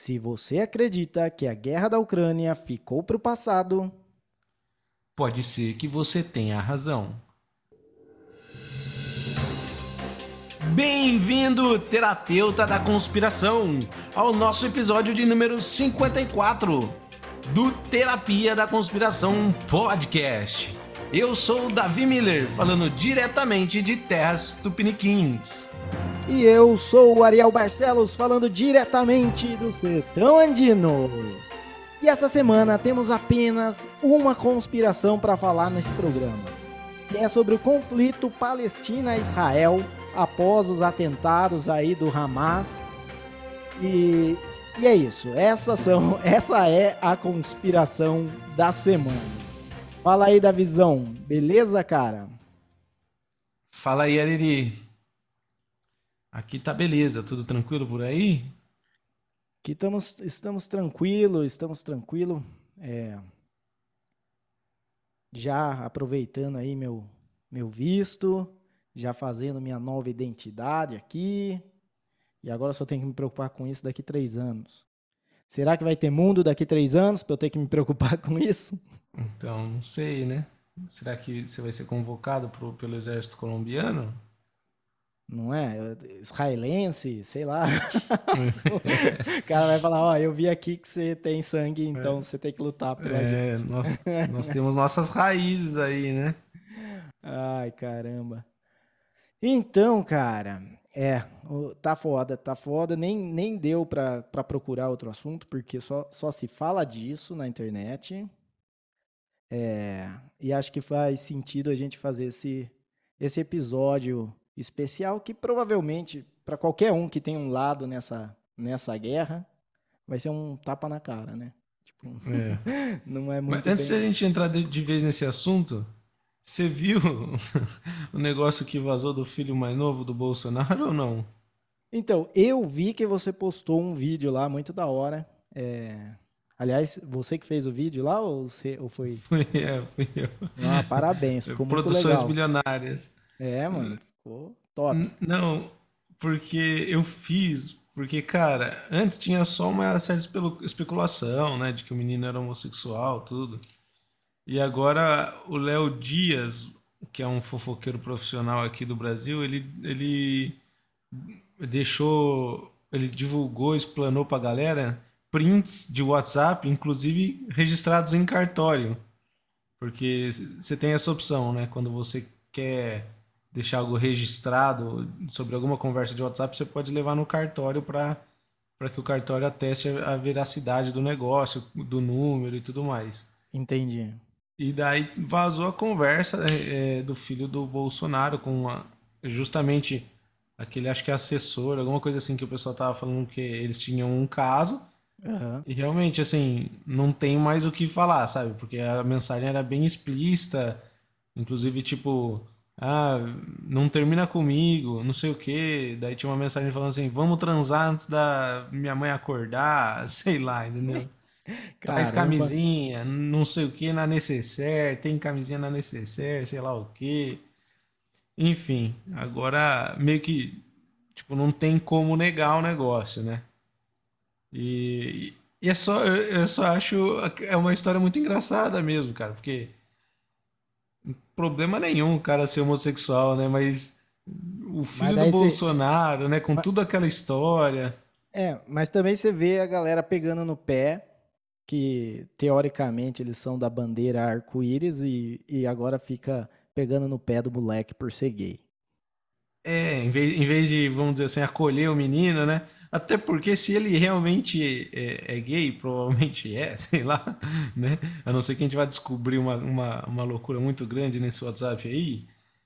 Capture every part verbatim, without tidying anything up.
Se você acredita que a guerra da Ucrânia ficou para o passado, Pode ser que você tenha razão. Bem-vindo, terapeuta da conspiração, ao nosso episódio de número cinquenta e quatro do Terapia da Conspiração Podcast. Eu sou o Davi Miller, falando diretamente de Terras Tupiniquins. e eu sou o Ariel Barcelos, falando diretamente do Sertão Andino. E essa semana temos apenas uma conspiração para falar nesse programa, que é sobre o conflito Palestina-Israel após os atentados aí do Hamas. E, e é isso, essa, são, essa é a conspiração da semana. Fala aí, Davizão, beleza, cara? Fala aí, Ariri. Aqui tá beleza, tudo tranquilo por aí? Aqui estamos, estamos tranquilos, estamos tranquilos. É, já aproveitando aí meu, meu visto, já fazendo minha nova identidade aqui. E agora só tenho que me preocupar com isso daqui três anos. Será que vai ter mundo daqui três anos para eu ter que me preocupar com isso? Então, não sei, né? Será que você vai ser convocado pro, pelo exército colombiano? Não é? Israelense, sei lá. O cara vai falar, ó, eu vi aqui que você tem sangue, então você tem que lutar pela É, gente. nós, nós temos nossas raízes aí, né? Ai, caramba. Então, cara, é, o- tá foda, tá foda. Nem, nem deu pra, pra procurar outro assunto, porque só, só se fala disso na internet. É, e acho que faz sentido a gente fazer esse, esse episódio especial, que provavelmente, para qualquer um que tem um lado nessa, nessa guerra, vai ser um tapa na cara, né? Tipo, É. não é Mas muito antes de a bem. gente entrar de, de vez nesse assunto, você viu o negócio que vazou do filho mais novo do Bolsonaro ou não? Então, eu vi que você postou um vídeo lá muito da hora. É, aliás, você que fez o vídeo lá ou, você, ou foi? Foi, é, fui eu. Ah, parabéns, Foi ficou muito Produções legal. bilionárias. É, mano, ficou top. N- Não, porque eu fiz. Porque, cara, antes tinha só uma certa espelu- especulação, né, de que o menino era homossexual, tudo. E agora o Léo Dias, que é um fofoqueiro profissional aqui do Brasil, ele, ele deixou, ele divulgou, explanou pra galera prints de WhatsApp, inclusive registrados em cartório. Porque você tem essa opção, né? Quando você quer deixar algo registrado sobre alguma conversa de WhatsApp, você pode levar no cartório para para que o cartório ateste a veracidade do negócio, do número e tudo mais. Entendi. E daí vazou a conversa é, é, do filho do Bolsonaro com a- justamente aquele, acho que é assessor, alguma coisa assim, que o pessoal tava falando que eles tinham um caso Aham. e realmente, assim, não tem mais o que falar, sabe? Porque a mensagem era bem explícita, inclusive, tipo, ah, não termina comigo, não sei o quê. Daí tinha uma mensagem falando assim, vamos transar antes da minha mãe acordar, sei lá, entendeu? Traz Caramba. camisinha, não sei o que na necessaire, tem camisinha na necessaire, sei lá o que. Enfim, agora meio que, tipo, não tem como negar o negócio, né? E, e é só, eu, eu só acho, é uma história muito engraçada mesmo, cara, porque problema nenhum o cara ser homossexual, né? Mas o Mas filho do daí você. Bolsonaro, né, com ma- toda aquela história. É, mas também você vê a galera pegando no pé, que teoricamente eles são da bandeira arco-íris e, e agora fica pegando no pé do moleque por ser gay. É, em vez, em vez de, vamos dizer assim, acolher o menino, né? Até porque se ele realmente é, é gay, provavelmente é, sei lá, né? A não ser que a gente vai descobrir uma, uma, uma loucura muito grande nesse WhatsApp aí.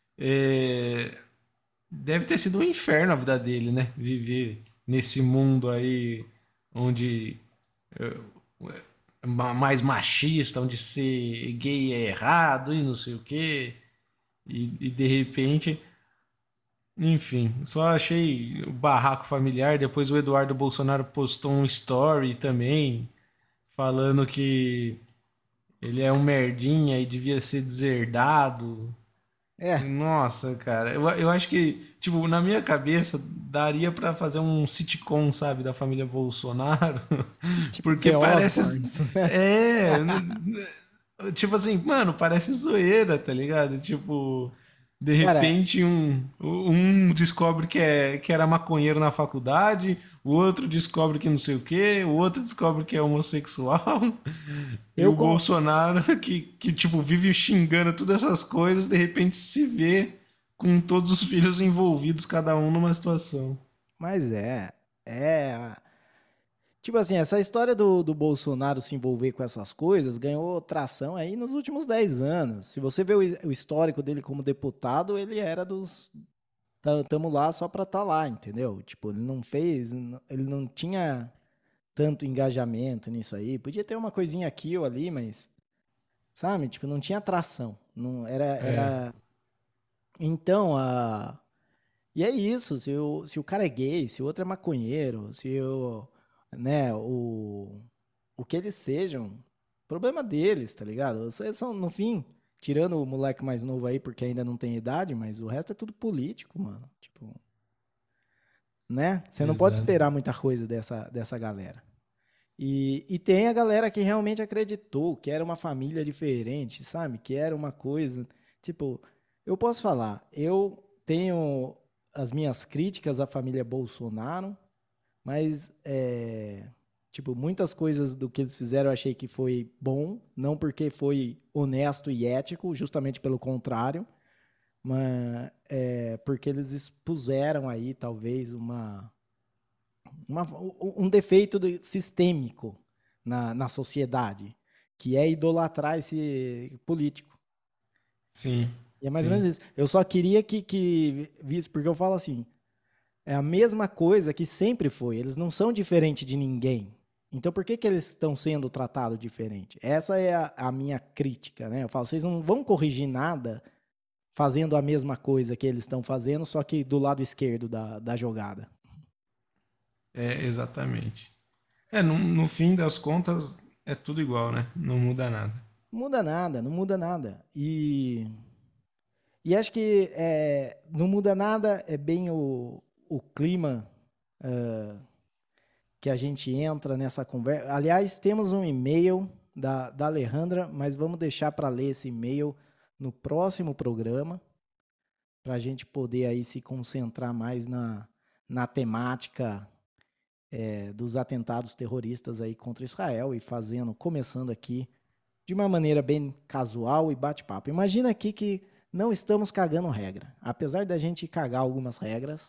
É, deve ter sido um inferno a vida dele, né? Viver nesse mundo aí onde é, é ma- mais machista, onde ser gay é errado e não sei o quê. E, e de repente enfim, só achei o barraco familiar. Depois o Eduardo Bolsonaro postou um story também, falando que ele é um merdinha e devia ser deserdado. É, Nossa, cara, eu, eu acho que, tipo, na minha cabeça daria pra fazer um sitcom, sabe, da família Bolsonaro, tipo porque The parece, Osbournes. é, n- n- tipo assim, mano, parece zoeira, tá ligado? Tipo, de Cara, repente um, um descobre que, é, que era maconheiro na faculdade, o outro descobre que não sei o quê, o outro descobre que é homossexual, e eu, o con- Bolsonaro, que, que tipo, vive xingando todas essas coisas, de repente se vê com todos os filhos envolvidos, cada um numa situação. Mas é, é. Tipo assim, essa história do, do Bolsonaro se envolver com essas coisas ganhou tração aí nos últimos dez anos. Se você vê o, his- o histórico dele como deputado, ele era dos. ta- Tamo lá só pra estar lá, entendeu? Tipo, ele não fez, n- ele não tinha tanto engajamento nisso aí. Podia ter uma coisinha aqui ou ali, mas, sabe? Tipo, não tinha tração. Não, era, É, era. Então, a. E é isso, se o, se o cara é gay, se o outro é maconheiro, se o, né, o, o que eles sejam, problema deles, tá ligado? Vocês são, no fim, tirando o moleque mais novo aí, porque ainda não tem idade, mas o resto é tudo político, mano. Tipo, né? Você não pode exato. esperar muita coisa dessa, dessa galera. E, e tem a galera que realmente acreditou que era uma família diferente, sabe? Que era uma coisa. Tipo, eu posso falar, eu tenho as minhas críticas à família Bolsonaro, mas, é, tipo, muitas coisas do que eles fizeram eu achei que foi bom, não porque foi honesto e ético, justamente pelo contrário, mas é, porque eles expuseram aí, talvez, uma uma- um defeito do- sistêmico na, na sociedade, que é idolatrar esse político. Sim, E é mais ou menos sim. isso. Eu só queria que, que visse, porque eu falo assim, é a mesma coisa que sempre foi. Eles não são diferentes de ninguém. Então por que, que eles estão sendo tratados diferente? Essa é a, a minha crítica, né? Eu falo, vocês não vão corrigir nada fazendo a mesma coisa que eles estão fazendo, só que do lado esquerdo da, da jogada. É, exatamente. É, no, no fim das contas, é tudo igual, né? Não muda nada. Não muda nada, não muda nada. E E acho que é, não muda nada, é bem o, o clima que a gente entra nessa conversa. Aliás, temos um e-mail da, da Alejandra, mas vamos deixar para ler esse e-mail no próximo programa, para a gente poder aí se concentrar mais na, na temática é, dos atentados terroristas aí contra Israel e fazendo, começando aqui de uma maneira bem casual e bate-papo. Imagina aqui que não estamos cagando regra. Apesar da gente cagar algumas regras,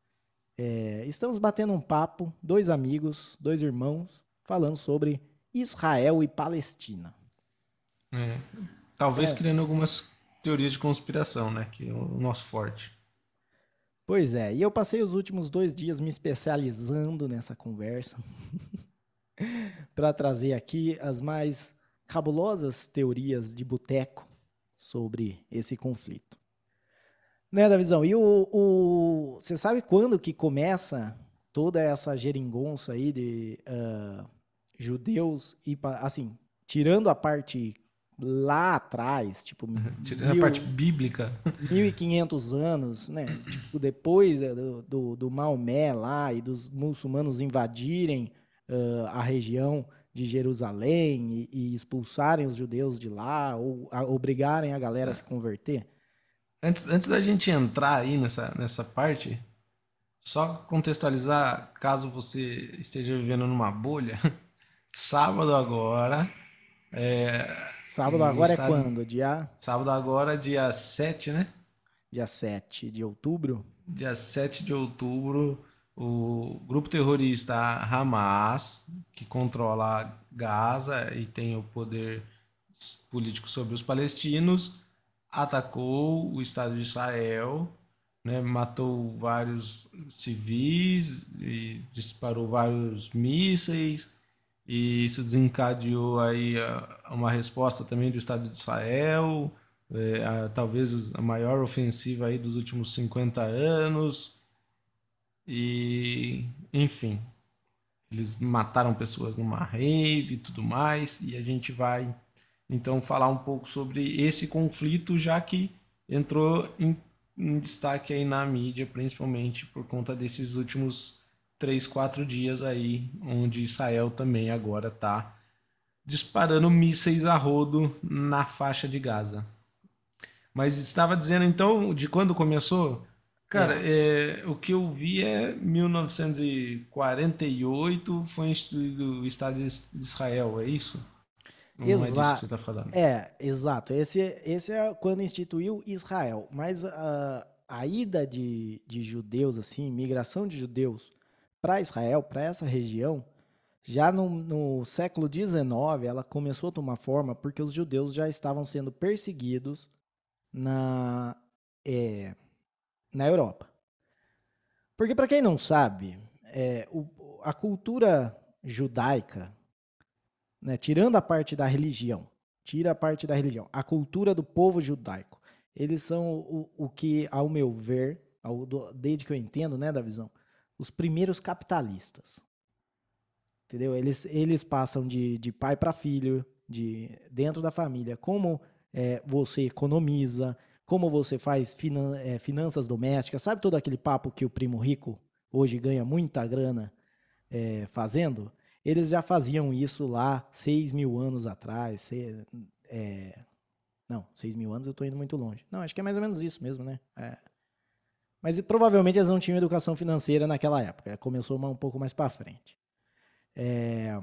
é, estamos batendo um papo, dois amigos, dois irmãos, falando sobre Israel e Palestina. É, talvez É, criando algumas teorias de conspiração, né? Que é o nosso forte. pois é, e eu passei os últimos dois dias me especializando nessa conversa para trazer aqui as mais cabulosas teorias de boteco sobre esse conflito. Né, Davizão? E o, o, você sabe quando que começa toda essa geringonça aí de ah, judeus e pa- assim, tirando a parte lá atrás, tipo Tirando a parte mil, bíblica. mil e quinhentos anos, né? Tipo depois eh, do, do, do Maomé lá e dos muçulmanos invadirem ah, a região de Jerusalém e, e expulsarem os judeus de lá ou a- obrigarem a galera a se converter. Antes, antes da gente entrar aí nessa, nessa parte, só contextualizar, caso você esteja vivendo numa bolha, sábado agora, é, Sábado o agora é estado. quando? Dia, Sábado agora, dia sete, né? dia sete de outubro? Dia sete de outubro, o grupo terrorista Hamas, que controla Gaza e tem o poder político sobre os palestinos, atacou o Estado de Israel, né, matou vários civis e disparou vários mísseis, e isso desencadeou aí a- uma resposta também do Estado de Israel, é, a- talvez a maior ofensiva aí dos últimos cinquenta anos, e enfim, eles mataram pessoas numa rave e tudo mais, e a gente vai então falar um pouco sobre esse conflito, já que entrou em, em destaque aí na mídia, principalmente por conta desses últimos três, quatro dias aí, onde Israel também agora está disparando mísseis a rodo na faixa de Gaza. Mas estava dizendo então de quando começou? Cara, É, é, o que eu vi é mil novecentos e quarenta e oito foi instituído o Estado de Israel, é isso? Não é disso que exa você está falando? é, exato. Esse, esse é quando instituiu Israel. Mas a, a ida de, de judeus, assim, migração de judeus para Israel, para essa região, já no, no século dezenove, ela começou a tomar forma porque os judeus já estavam sendo perseguidos na, é, na Europa. Porque, para quem não sabe, é, o- a cultura judaica, né, tirando a parte da religião, tira a parte da religião, a cultura do povo judaico, eles são o, o que, ao meu ver, ao- do- desde que eu entendo, né, da visão, os primeiros capitalistas. Entendeu? Eles, eles passam de, de pai para filho, de dentro da família, como é, você economiza, como você faz finan, é, finanças domésticas, sabe todo aquele papo que o primo rico hoje ganha muita grana é, fazendo? Eles já faziam isso lá seis mil anos atrás. Se, é, não, seis mil anos eu tô indo muito longe. Não, acho que é mais ou menos isso mesmo, né? É. Mas provavelmente eles não tinham educação financeira naquela época. Começou uma, um pouco mais para frente. É,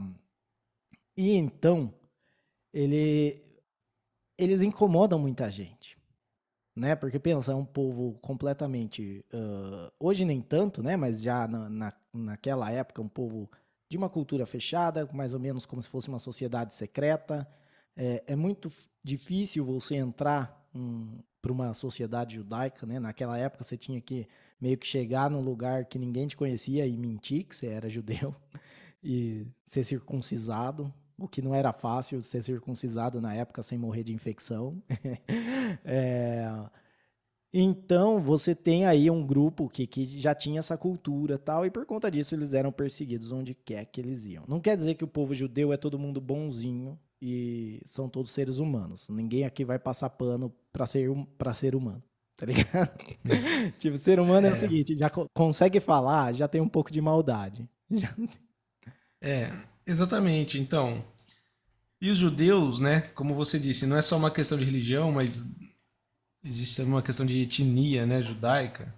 e então, ele, eles incomodam muita gente, né? Porque pensa, é um povo completamente, uh, hoje nem tanto, né? Mas já na, na, naquela época, um povo de uma cultura fechada, mais ou menos como se fosse uma sociedade secreta. É, é muito difícil você entrar um, para uma sociedade judaica, né? Naquela época você tinha que meio que chegar num lugar que ninguém te conhecia e mentir que você era judeu e ser circuncisado, o que não era fácil ser circuncisado na época sem morrer de infecção. é, então você tem aí um grupo que, que já tinha essa cultura tal, e por conta disso eles eram perseguidos onde quer que eles iam. Não quer dizer que o povo judeu é todo mundo bonzinho e são todos seres humanos. Ninguém aqui vai passar pano para ser, para ser humano. Tá ligado? Tipo, ser humano é o É, seguinte, já co- consegue falar, já tem um pouco de maldade. Já é, exatamente. Então, e os judeus, né? Como você disse, não é só uma questão de religião, mas existe uma questão de etnia, né, judaica.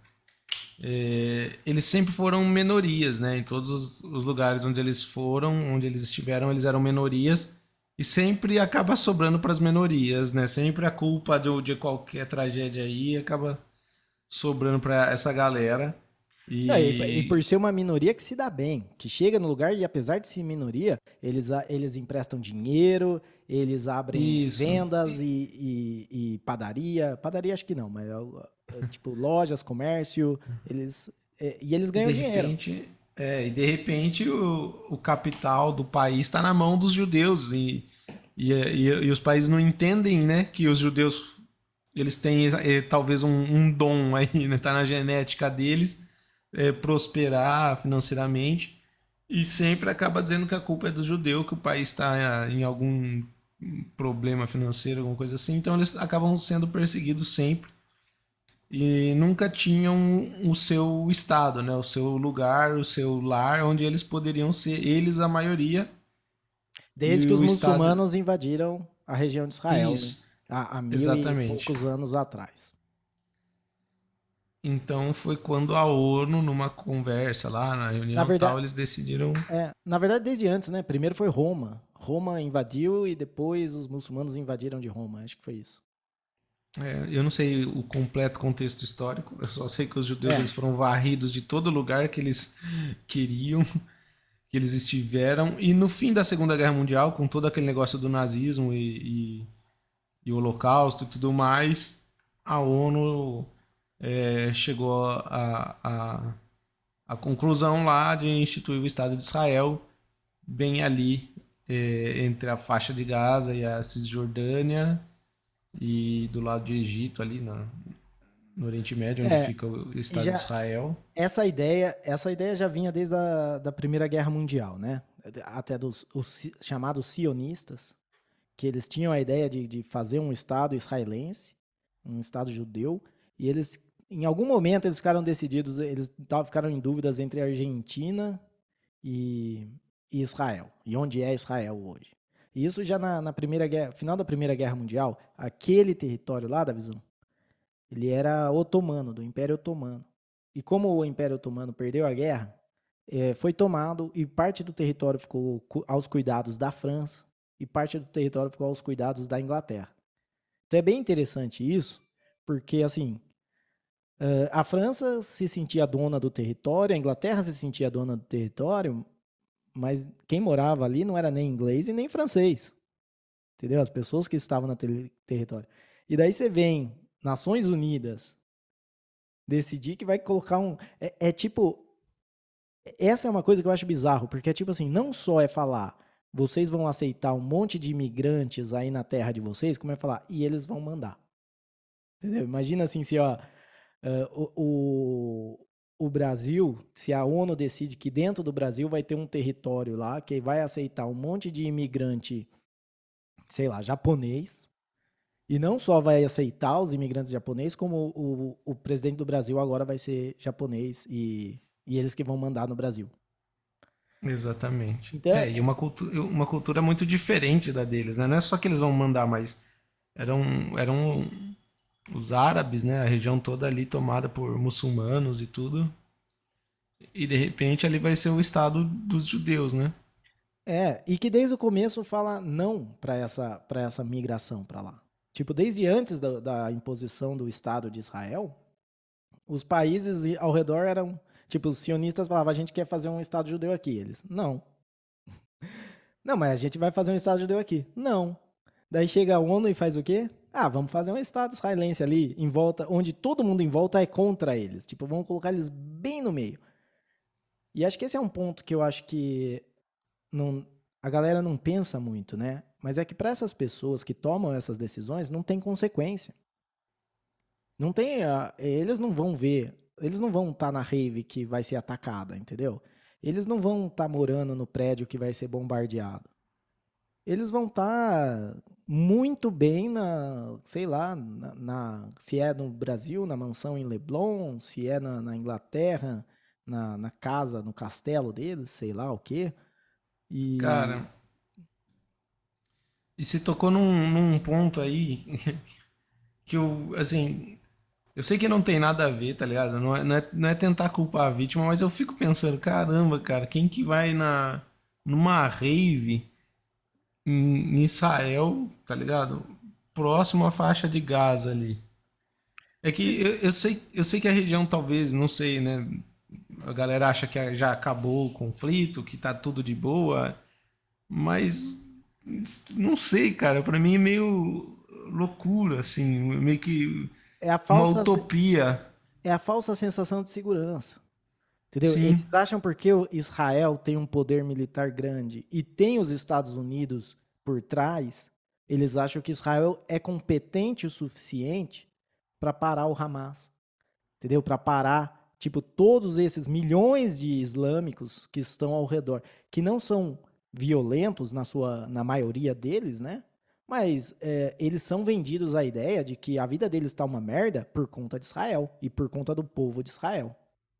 É, eles sempre foram minorias, né? Em todos os, os lugares onde eles foram, onde eles estiveram, eles eram minorias e sempre acaba sobrando para as minorias, né? Sempre a culpa de, de qualquer tragédia aí acaba sobrando para essa galera. Não, e, e E por ser uma minoria que se dá bem, que chega no lugar e apesar de ser minoria, eles, a- eles emprestam dinheiro, eles abrem isso. vendas e, e- e padaria, padaria acho que não, mas é, é, tipo lojas, comércio, eles é, e eles E ganham de dinheiro. repente, é, e de repente o, o capital do país está na mão dos judeus e, e, e, e os países não entendem, né, que os judeus eles têm é, talvez um, um dom aí, né, tá na genética deles, é, prosperar financeiramente e sempre acaba dizendo que a culpa é do judeu, que o país está em algum problema financeiro, alguma coisa assim. Então eles acabam sendo perseguidos sempre e nunca tinham o seu estado, né? O seu lugar, o seu lar, onde eles poderiam ser eles a maioria Desde e que os o estado. muçulmanos invadiram a região de Israel, né? Isso, Há, há mil e exatamente. poucos anos atrás. Então foi quando a ONU, numa conversa lá, na Na reunião e tal, verdade, eles decidiram. é, na verdade desde antes, né? Primeiro foi Roma. Roma invadiu e depois os muçulmanos invadiram de Roma. Acho que foi isso. É, eu não sei o completo contexto histórico, eu só sei que os judeus É, eles foram varridos de todo lugar que eles queriam, que eles estiveram. E no fim da Segunda Guerra Mundial, com todo aquele negócio do nazismo e, e e o Holocausto e tudo mais, a ONU é, chegou à a, a, a conclusão lá de instituir o Estado de Israel bem ali é, entre a faixa de Gaza e a Cisjordânia e do lado de Egito ali na, no Oriente Médio onde é, fica o Estado de já Israel. essa ideia, essa ideia já vinha desde a da Primeira Guerra Mundial, né? Até dos os chamados sionistas, que eles tinham a ideia de, de fazer um Estado israelense, um Estado judeu, e eles, em algum momento, eles ficaram decididos, eles tavam, ficaram em dúvidas entre a Argentina e, e Israel, e onde é Israel hoje. E isso já na, na primeira guerra, final da Primeira Guerra Mundial, aquele território lá, da visão, ele era otomano, do Império Otomano. E como o Império Otomano perdeu a guerra, eh, foi tomado e parte do território ficou cu- aos cuidados da França e parte do território ficou aos cuidados da Inglaterra. Então é bem interessante isso, porque assim, eh, a França se sentia dona do território, a Inglaterra se sentia dona do território, mas quem morava ali não era nem inglês e nem francês, entendeu? As pessoas que estavam no ter- território. E daí você vem Nações Unidas decidir que vai colocar um. É, é tipo. Essa é uma coisa que eu acho bizarro, porque é tipo assim, não só é falar, vocês vão aceitar um monte de imigrantes aí na terra de vocês, como é falar, e eles vão mandar. Entendeu? Imagina assim, se ó, eh, o, o, o Brasil, se a ONU decide que dentro do Brasil vai ter um território lá que vai aceitar um monte de imigrante, sei lá, japonês, e não só vai aceitar os imigrantes japoneses, como o, o, o presidente do Brasil agora vai ser japonês e, e eles que vão mandar no Brasil. Exatamente. Então, É, e uma cultura, uma cultura muito diferente da deles, né? Não é só que eles vão mandar, mas eram, eram os árabes, né? A região toda ali tomada por muçulmanos e tudo. E de repente ali vai ser o estado dos judeus, né? é, e que desde o começo fala não para essa, para essa migração para lá. Tipo, desde antes da, da imposição do Estado de Israel, os países i- ao redor eram, tipo, os sionistas falavam, a gente quer fazer um Estado judeu aqui. Eles, não. Não, mas a gente vai fazer um Estado judeu aqui. Não. Daí chega a ONU e faz o quê? Ah, vamos fazer um Estado israelense ali, em volta, onde todo mundo em volta é contra eles. Tipo, vamos colocar eles bem no meio. E acho que esse é um ponto que eu acho que não, a galera não pensa muito, né? Mas é que para essas pessoas que tomam essas decisões não tem consequência. Não tem, a- eles não vão ver, eles não vão estar na rave que vai ser atacada, entendeu? Eles não vão estar morando no prédio que vai ser bombardeado. Eles vão estar muito bem na, sei lá, na, na- se é no Brasil, na mansão em Leblon, se é na, na Inglaterra, na, na casa, no castelo deles, sei lá o quê. E Cara, e você tocou num, num ponto aí que eu, assim, eu sei que não tem nada a ver, tá ligado? Não é, não é, não é tentar culpar a vítima, mas eu fico pensando, caramba, cara, quem que vai na numa rave em, em Israel, tá ligado? Próximo à faixa de Gaza ali. É que Pois eu, eu sei, eu sei que a região talvez, não sei, né? A galera acha que já acabou o conflito, que tá tudo de boa, mas não sei, cara. Pra mim é meio loucura, assim, meio que é a uma falsa, utopia. é a falsa sensação de segurança. Entendeu? Sim. Eles acham porque o Israel tem um poder militar grande e tem os Estados Unidos por trás, eles acham que Israel é competente o suficiente para parar o Hamas, entendeu? Para parar, tipo, todos esses milhões de islâmicos que estão ao redor, que não são violentos na sua, na maioria deles, né? Mas é, eles são vendidos à ideia de que a vida deles está uma merda por conta de Israel e por conta do povo de Israel.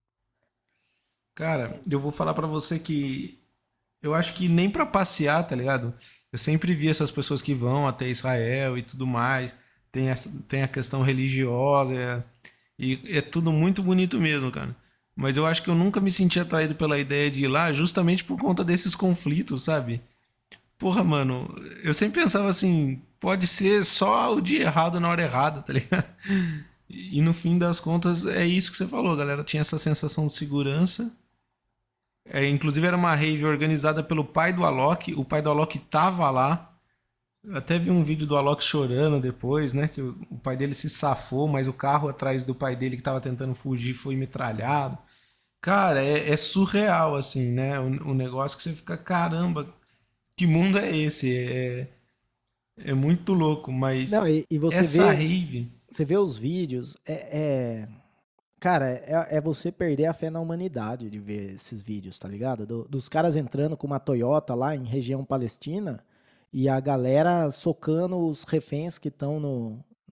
Cara, eu vou falar pra você que eu acho que nem pra passear, tá ligado? Eu sempre vi essas pessoas que vão até Israel e tudo mais. Tem, essa, tem a questão religiosa. É, e é tudo muito bonito mesmo, cara. Mas eu acho que eu nunca me senti atraído pela ideia de ir lá justamente por conta desses conflitos, sabe? Porra, mano, eu sempre pensava assim, pode ser só o dia errado na hora errada, tá ligado? E no fim das contas é isso que você falou, galera. Tinha essa sensação de segurança. É, inclusive era uma rave organizada pelo pai do Alok. O pai do Alok tava lá. Eu até vi um vídeo do Alok chorando depois, né? Que o, o pai dele se safou, mas o carro atrás do pai dele que tava tentando fugir foi metralhado. Cara, é, é surreal, assim, né? O, o negócio que você fica, caramba, que mundo é esse? É, é muito louco, Não, mas e, e você essa vê, rave. você vê os vídeos, é, é- cara, é, é você perder a fé na humanidade de ver esses vídeos, tá ligado? Do- dos caras entrando com uma Toyota lá em região palestina e a galera socando os reféns que estão no,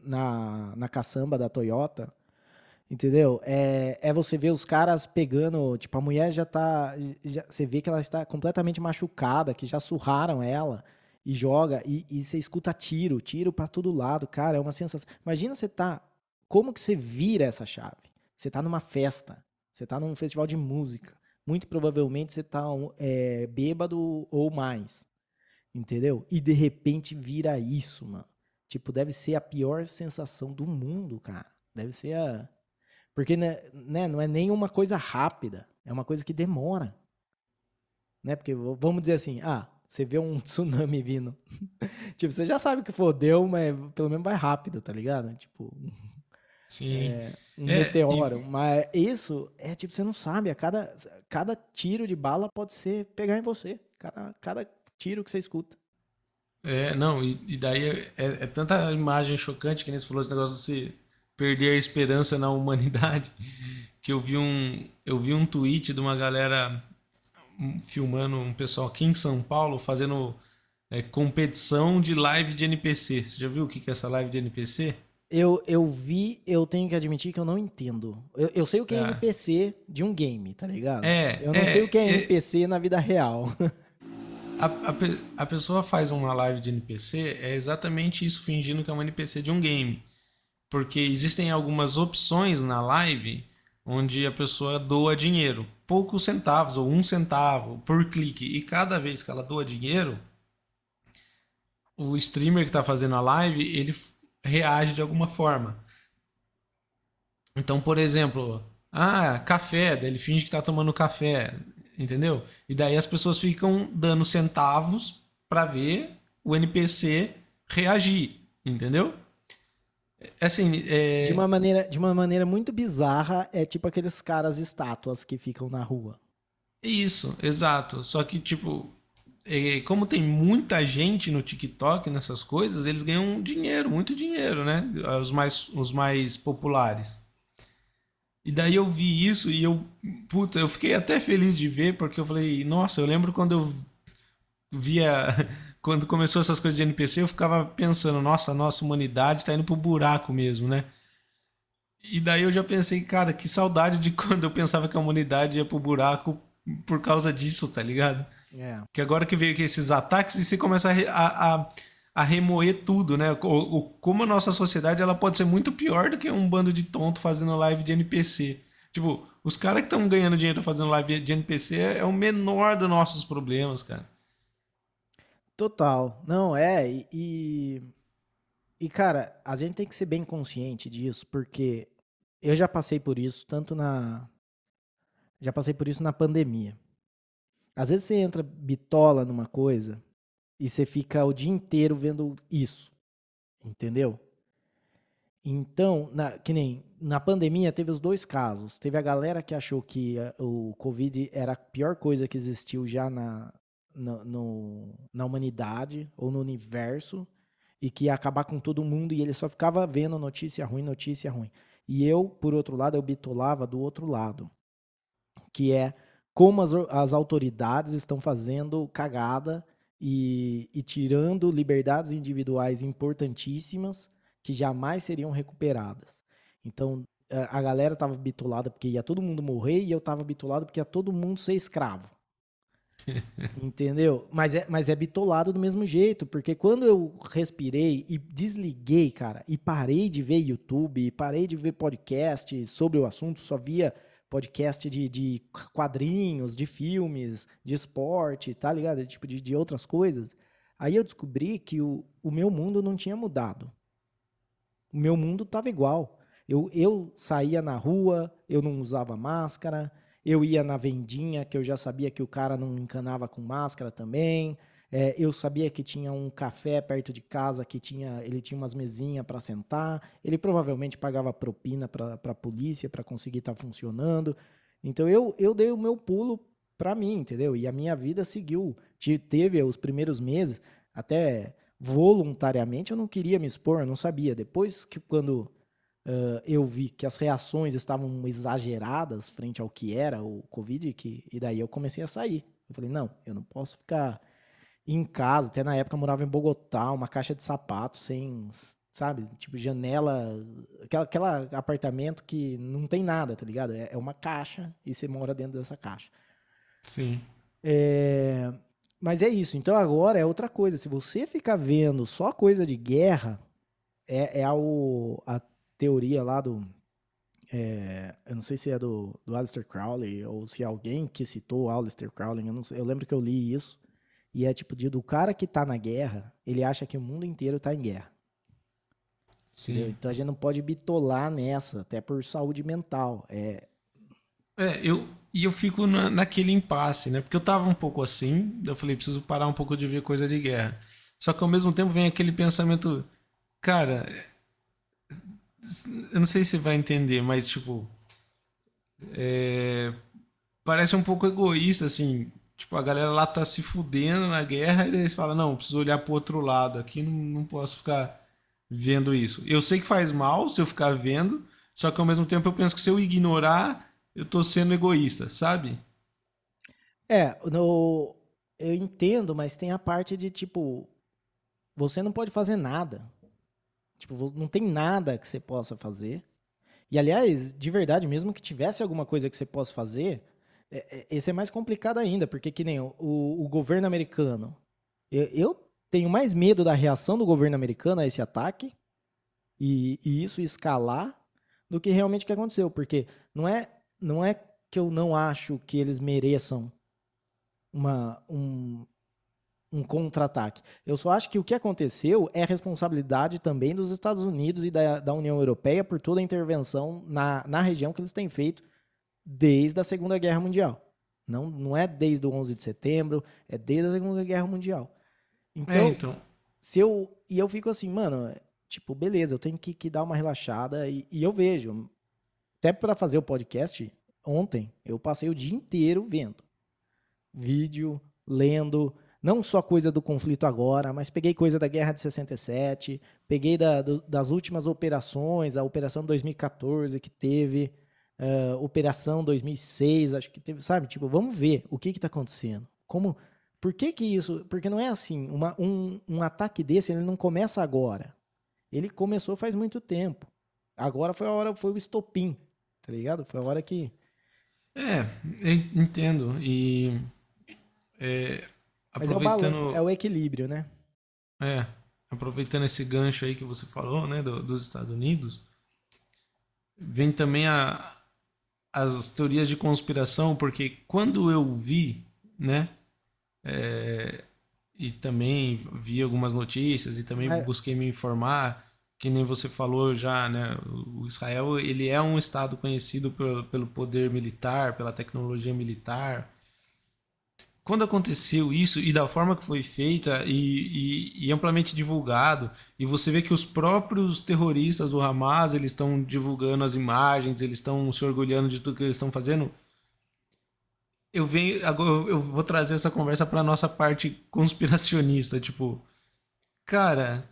na, na caçamba da Toyota, entendeu? É, é você ver os caras pegando, tipo, a mulher já tá, já, você vê que ela está completamente machucada, que já surraram ela e joga, e, e você escuta tiro, tiro pra todo lado, cara, é uma sensação. Imagina você tá, como que você vira essa chave? Você tá numa festa, você tá num festival de música, muito provavelmente você tá é, bêbado ou mais, entendeu? E de repente vira isso, mano. Tipo, deve ser a pior sensação do mundo, cara. Deve ser a. Porque né, né, não é nem uma coisa rápida, é uma coisa que demora. Né? Porque v- vamos dizer assim, ah, você vê um tsunami vindo. Tipo, você já sabe que fodeu, mas pelo menos vai rápido, tá ligado? Tipo, Sim. um É, meteoro. e, Mas isso é tipo, você não sabe, a cada, cada tiro de bala pode ser pegar em você. Cada, cada tiro que você escuta. é, não, e, e daí é, é- é tanta imagem chocante que nem você falou esse negócio de você perder a esperança na humanidade, que eu vi um, eu vi um tweet de uma galera hum, filmando um pessoal aqui em São Paulo fazendo é, competição de live de N P C. Você já viu o que que é essa live de N P C? Eu, eu vi, eu tenho que admitir que eu não entendo. Eu, eu sei o que é Ah, N P C de um game, tá ligado? é, Eu não sei o é, que é é, N P C na vida real. a, a, pe- a pessoa faz uma live de N P C, é exatamente isso, fingindo que é uma N P C de um game. Porque existem algumas opções na live onde a pessoa doa dinheiro, poucos centavos ou um centavo por clique, e cada vez que ela doa dinheiro, o streamer que está fazendo a live ele reage de alguma forma. Então, por exemplo, ah, café, daí ele finge que está tomando café, entendeu? E daí as pessoas ficam dando centavos para ver o N P C reagir, entendeu? É assim, De uma é, maneira, de uma maneira muito bizarra, é tipo aqueles caras estátuas que ficam na rua. isso, exato. Só que, tipo, é, como tem muita gente no TikTok, nessas coisas, eles ganham dinheiro, muito dinheiro, né? Os mais, os mais populares. E daí eu vi isso e eu, puta, eu fiquei até feliz de ver, porque eu falei, nossa, eu lembro quando eu via, quando começou essas coisas de N P C, eu ficava pensando, nossa, a nossa humanidade tá indo pro buraco mesmo, né? E daí eu já pensei, cara, que saudade de quando eu pensava que a humanidade ia pro buraco por causa disso, tá ligado? É. Que agora que veio aqui esses ataques e você começa a, re- a, a, a remoer tudo, né? O, o- como a nossa sociedade ela pode ser muito pior do que um bando de tonto fazendo live de N P C. Tipo, os caras que estão ganhando dinheiro fazendo live de N P C é, é o menor dos nossos problemas, cara. Total. Não, é. E, e, e, cara, a gente tem que ser bem consciente disso, porque eu já passei por isso, tanto na. Já passei por isso na pandemia. Às vezes você entra bitola numa coisa e você fica o dia inteiro vendo isso, entendeu? Então, na- que nem na pandemia teve os dois casos. Teve a galera que achou que eh, o Covid era a pior coisa que existiu já na, na, no- na humanidade ou no universo e que ia acabar com todo mundo e ele só ficava vendo notícia ruim, notícia ruim. E eu, por outro lado, eu bitolava do outro lado, que é como as, as autoridades estão fazendo cagada e, e tirando liberdades individuais importantíssimas que jamais seriam recuperadas. Então, a, a galera tava bitolada porque ia todo mundo morrer e eu tava bitolado porque ia todo mundo ser escravo. Entendeu? Mas é, mas é bitolado do mesmo jeito, porque quando eu respirei e desliguei, cara, e parei de ver YouTube, e parei de ver podcast sobre o assunto, só via podcast de, de quadrinhos, de filmes, de esporte, tá ligado? Tipo, de, de outras coisas. Aí eu descobri que o, o meu mundo não tinha mudado. O meu mundo tava igual. Eu, eu saía na rua, eu não usava máscara, eu ia na vendinha, que eu já sabia que o cara não encanava com máscara também. É, eu sabia que tinha um café perto de casa que tinha, ele tinha umas mesinhas para sentar. Ele provavelmente pagava propina para a polícia para conseguir estar funcionando. Então eu, eu dei o meu pulo para mim, entendeu? E a minha vida seguiu. Te- Teve os primeiros meses, até voluntariamente eu não queria me expor, eu não sabia. Depois que quando uh, eu vi que as reações estavam exageradas frente ao que era o Covid, que, e daí eu comecei a sair. Eu falei, não, eu não posso ficar em casa. Até na época eu morava em Bogotá, uma caixa de sapatos sem, sabe? Tipo, janela, aquela, aquela apartamento que não tem nada, tá ligado? É, é uma caixa e você mora dentro dessa caixa. Sim. É, mas é isso. Então agora é outra coisa. Se você ficar vendo só coisa de guerra, é, é a, o- a teoria lá do. É, eu não sei se é do, do Aleister Crowley ou se é alguém que citou o Aleister Crowley. Eu, não sei, eu lembro que eu li isso. E é tipo de, do cara que tá na guerra, ele acha que o mundo inteiro tá em guerra. Entendeu? Sim. Então a gente não pode bitolar nessa, até por saúde mental. É, É, eu, e eu fico na, naquele impasse, né? Porque eu tava um pouco assim, eu falei, preciso parar um pouco de ver coisa de guerra. Só que ao mesmo tempo vem aquele pensamento, cara, eu não sei se você vai entender, mas tipo, é, parece um pouco egoísta, assim. Tipo, a galera lá tá se fudendo na guerra e daí eles falam, não, preciso olhar pro outro lado aqui, não, não posso ficar vendo isso. Eu sei que faz mal se eu ficar vendo, só que ao mesmo tempo eu penso que se eu ignorar, eu tô sendo egoísta, sabe? é no, eu entendo, mas tem a parte de tipo, você não pode fazer nada. Tipo, vo- não tem nada que você possa fazer. E aliás, de verdade, mesmo que tivesse alguma coisa que você possa fazer, é- é- esse é mais complicado ainda, porque que nem o, o- o governo americano. Eu, eu tenho mais medo da reação do governo americano a esse ataque e, e isso escalar do que realmente o que aconteceu, porque não é, não é que eu não acho que eles mereçam uma, um, um contra-ataque. Eu só acho que o que aconteceu é responsabilidade também dos Estados Unidos e da, da União Europeia por toda a intervenção na, na região que eles têm feito desde a Segunda Guerra Mundial. Não, não é desde o onze de setembro, é desde a Segunda Guerra Mundial. É, Então, então. se eu. E eu fico assim, mano, tipo, beleza, eu tenho que, que dar uma relaxada. E, e eu vejo, até para fazer o podcast, ontem, eu passei o dia inteiro vendo vídeo, lendo, não só coisa do conflito agora, mas peguei coisa da Guerra de sessenta e sete, peguei da, do, das últimas operações, a Operação dois mil e quatorze que teve, uh, Operação dois mil e seis, acho que teve, sabe? Tipo, vamos ver o que está acontecendo. Como, por que que isso? Porque não é assim, uma, um, um ataque desse ele não começa agora. Ele começou faz muito tempo. Agora foi a hora, foi o estopim, tá ligado? Foi a hora que. É, eu entendo. E Mas é o balanço, é aproveitando, o equilíbrio, né? é, aproveitando esse gancho aí que você falou, né, do- dos Estados Unidos, vem também a, as teorias de conspiração, porque quando eu vi, né, e também vi algumas notícias e também Mas, busquei me informar, que nem você falou já, né, o Israel, ele é um estado conhecido pelo, pelo poder militar, pela tecnologia militar. Quando aconteceu isso e da forma que foi feita e, e, e amplamente divulgado, e você vê que os próprios terroristas do Hamas eles estão divulgando as imagens, eles estão se orgulhando de tudo que eles estão fazendo. Eu venho agora eu vou trazer essa conversa para nossa parte conspiracionista, tipo, cara,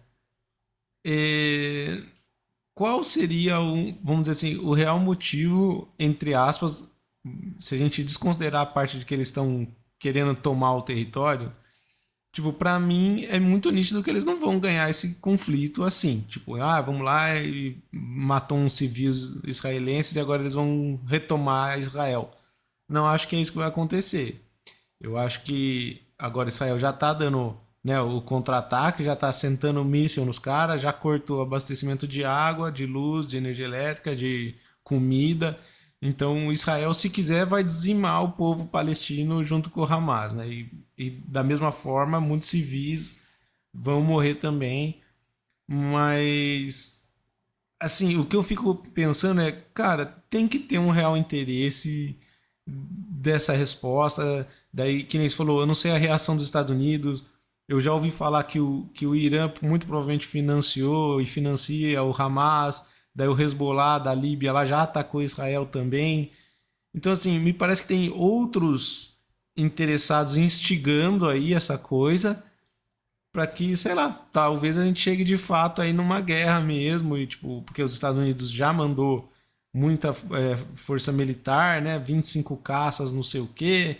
é, qual seria o, vamos dizer assim, o real motivo entre aspas, se a gente desconsiderar a parte de que eles estão querendo tomar o território. Tipo, pra mim é muito nítido que eles não vão ganhar esse conflito assim. Tipo, ah, vamos lá e matou uns civis israelenses e agora eles vão retomar Israel. Não acho que é isso que vai acontecer. Eu acho que agora Israel já tá dando, né, o contra-ataque, já tá sentando míssil nos caras, já cortou abastecimento de água, de luz, de energia elétrica, de comida. Então Israel, se quiser, vai dizimar o povo palestino junto com o Hamas, né? E, e da mesma forma, muitos civis vão morrer também. Mas assim, o que eu fico pensando é, cara, tem que ter um real interesse dessa resposta. Daí, que nem você falou, eu não sei a reação dos Estados Unidos. Eu já ouvi falar que o, que o Irã muito provavelmente financiou e financia o Hamas. Daí o Hezbollah da Líbia lá já atacou Israel também. Então, assim, me parece que tem outros interessados instigando aí essa coisa para que, sei lá, talvez a gente chegue de fato aí numa guerra mesmo, e tipo, porque os Estados Unidos já mandou muita é, força militar, né, vinte e cinco caças, não sei o quê.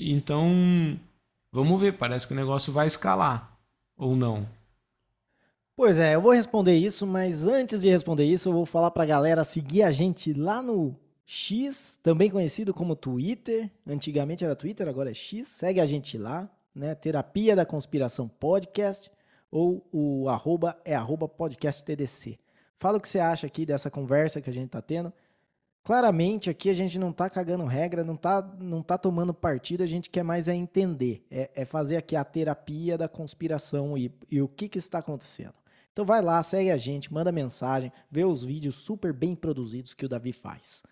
Então, vamos ver, parece que o negócio vai escalar ou não. Pois é, eu vou responder isso, mas antes de responder isso, eu vou falar pra galera seguir a gente lá no X, também conhecido como Twitter. Antigamente era Twitter, agora é X. Segue a gente lá, né? Terapia da Conspiração Podcast, ou o arroba é arroba podcast T D C. Fala o que você acha aqui dessa conversa que a gente tá tendo. Claramente aqui a gente não tá cagando regra, não tá, não tá tomando partido, a gente quer mais é entender, é, é fazer aqui a terapia da conspiração e, e o que que está acontecendo. Então vai lá, segue a gente, manda mensagem, vê os vídeos super bem produzidos que o Davi faz.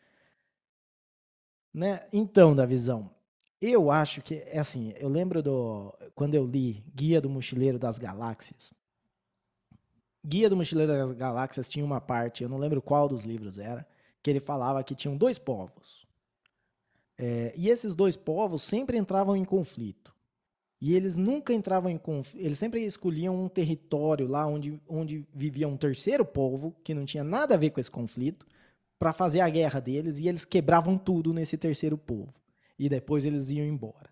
Né? Então, Davizão, eu acho que, é assim, eu lembro do, quando eu li Guia do Mochileiro das Galáxias. Guia do Mochileiro das Galáxias tinha uma parte, eu não lembro qual dos livros era, que ele falava que tinham dois povos. É, e esses dois povos sempre entravam em conflito. E eles nunca entravam em conflito, eles sempre escolhiam um território lá onde, onde vivia um terceiro povo, que não tinha nada a ver com esse conflito, para fazer a guerra deles, e eles quebravam tudo nesse terceiro povo. E depois eles iam embora.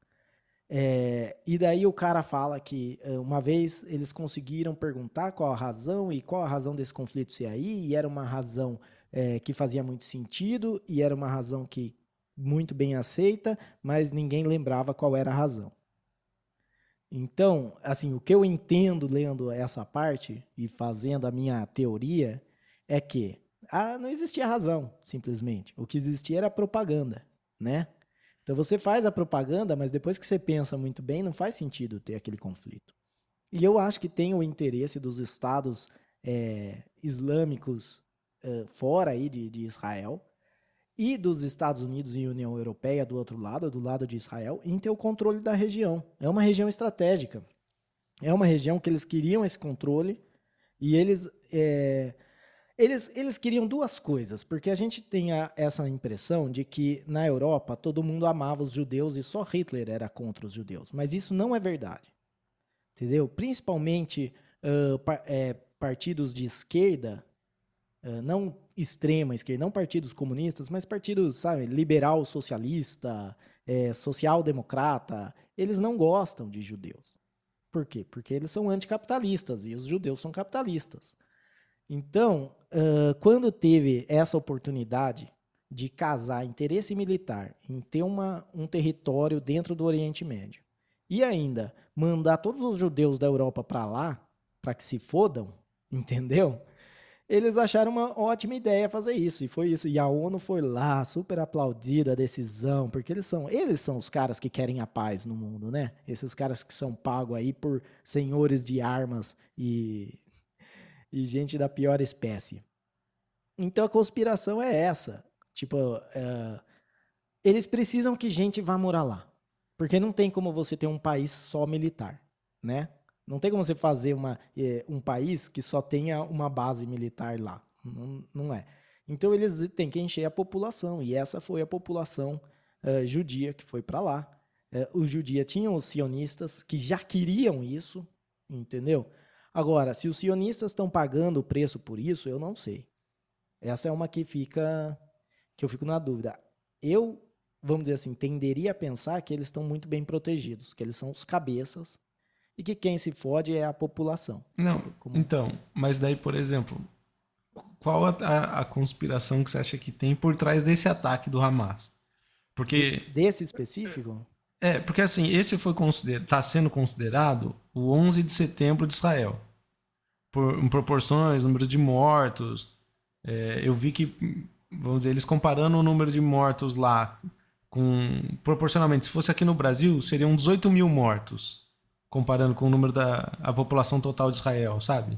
É, e daí o cara fala que uma vez eles conseguiram perguntar qual a razão e qual a razão desse conflito ser aí, e era uma razão é, que fazia muito sentido, e era uma razão que muito bem aceita, mas ninguém lembrava qual era a razão. Então, assim, o que eu entendo lendo essa parte e fazendo a minha teoria é que ah, não existia razão, simplesmente. O que existia era propaganda, né? Então você faz a propaganda, mas depois que você pensa muito bem, não faz sentido ter aquele conflito. E eu acho que tem o interesse dos estados é, islâmicos é, fora aí de, de Israel e dos Estados Unidos e União Europeia do outro lado, do lado de Israel, em ter o controle da região. É uma região estratégica. É uma região que eles queriam esse controle e eles... É, Eles, eles queriam duas coisas, porque a gente tem a, essa impressão de que na Europa todo mundo amava os judeus e só Hitler era contra os judeus. Mas isso não é verdade. Entendeu? Principalmente uh, par, é, partidos de esquerda, uh, não extrema esquerda, não partidos comunistas, mas partidos, sabe, liberal socialista, é, social-democrata, eles não gostam de judeus. Por quê? Porque eles são anticapitalistas e os judeus são capitalistas. Então, uh, quando teve essa oportunidade de casar interesse militar em ter uma, um território dentro do Oriente Médio e ainda mandar todos os judeus da Europa para lá, para que se fodam, entendeu? Eles acharam uma ótima ideia fazer isso, e foi isso. E a ONU foi lá, super aplaudida a decisão, porque eles são, eles são os caras que querem a paz no mundo, né? Esses caras que são pagos aí por senhores de armas e... e gente da pior espécie. Então a conspiração é essa. Tipo, uh, eles precisam que gente vá morar lá. Porque não tem como você ter um país só militar, né? Não tem como você fazer uma, eh, um país que só tenha uma base militar lá. Não, não é. Então eles têm que encher a população. E essa foi a população uh, judia que foi para lá. Uh, os judias tinham os sionistas que já queriam isso, entendeu? Agora, se os sionistas estão pagando o preço por isso, eu não sei. Essa é uma que fica, que eu fico na dúvida. Eu, vamos dizer assim, tenderia a pensar que eles estão muito bem protegidos, que eles são os cabeças e que quem se fode é a população. Não, Tipo, como... então, mas daí, por exemplo, qual a, a, a conspiração que você acha que tem por trás desse ataque do Hamas? Porque... De, desse específico? É, porque assim, esse foi consider... tá sendo considerado o onze de setembro de Israel. Por, em proporções, número de mortos. É, eu vi que, vamos dizer, eles comparando o número de mortos lá com... Proporcionalmente, se fosse aqui no Brasil, seriam dezoito mil mortos. Comparando com o número da a população total de Israel, sabe?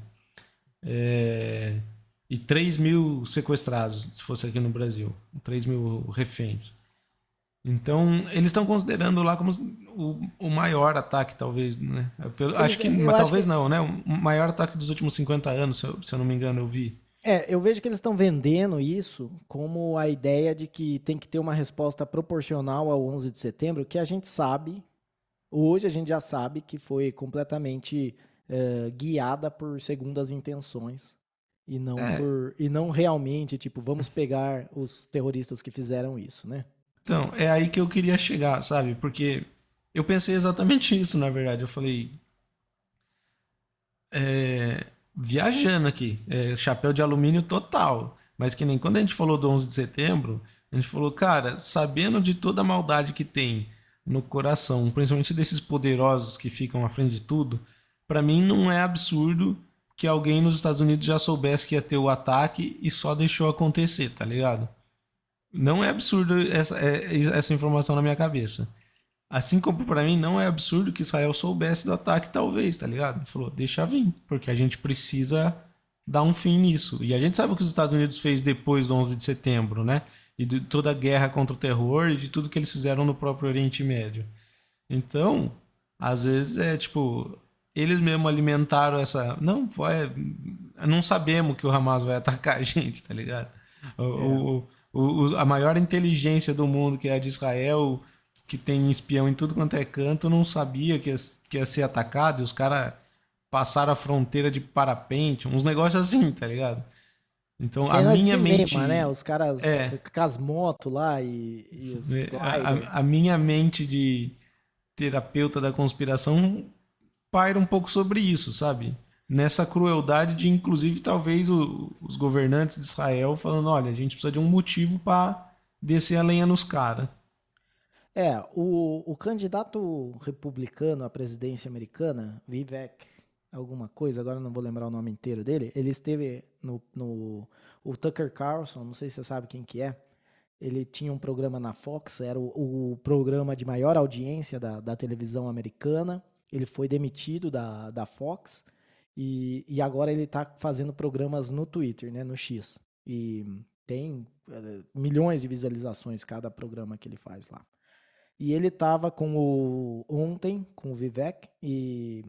É, e três mil sequestrados, se fosse aqui no Brasil. três mil reféns. Então, eles estão considerando lá como o, o maior ataque, talvez, né? Eu, acho que, mas talvez que... não, né? O maior ataque dos últimos cinquenta anos, se eu, se eu não me engano, eu vi. É, eu vejo que eles estão vendendo isso como a ideia de que tem que ter uma resposta proporcional ao onze de setembro, que a gente sabe, hoje a gente já sabe que foi completamente uh, guiada por segundas intenções e não, é. por, e não realmente, tipo, vamos pegar os terroristas que fizeram isso, né? Então, é aí que eu queria chegar, sabe? Porque eu pensei exatamente isso, na verdade. Eu falei... É, viajando aqui, é, chapéu de alumínio total. Mas que nem quando a gente falou do onze de setembro, a gente falou, cara, sabendo de toda a maldade que tem no coração, principalmente desses poderosos que ficam à frente de tudo, pra mim não é absurdo que alguém nos Estados Unidos já soubesse que ia ter o ataque e só deixou acontecer, tá ligado? Não é absurdo essa, é- essa informação na minha cabeça. Assim como pra mim não é absurdo que Israel soubesse do ataque, talvez, tá ligado? Ele falou, deixa vir, porque a gente precisa dar um fim nisso. E a gente sabe o que os Estados Unidos fez depois do onze de setembro, né? E de toda a guerra contra o terror e de tudo que eles fizeram no próprio Oriente Médio. Então, às vezes é tipo, eles mesmo alimentaram essa. Não, vai. Não sabemos que o Hamas vai atacar a gente, tá ligado? É. O, o, o- a maior inteligência do mundo, que é a de Israel, que tem espião em tudo quanto é canto, não sabia que ia, que ia ser atacado e os caras passaram a fronteira de parapente, uns negócios assim, tá ligado? Então a Cena de minha cinema, né? mente. Os caras É, com com as motos lá e, e os a, glider. a a minha mente de terapeuta da conspiração paira um pouco sobre isso, sabe? Nessa crueldade de, inclusive, talvez o- os governantes de Israel falando: olha, a gente precisa de um motivo para descer a lenha nos caras. É, o, o candidato republicano à presidência americana, Vivek, alguma coisa, agora não vou lembrar o nome inteiro dele, ele esteve no, no o Tucker Carlson, não sei se você sabe quem que é, ele tinha um programa na Fox, era o, o programa de maior audiência da, da televisão americana, ele foi demitido da, da Fox e, e agora ele está fazendo programas no Twitter, né, no X, e tem eh, milhões de visualizações cada programa que ele faz lá. E ele tava com o ontem com o Vivek e,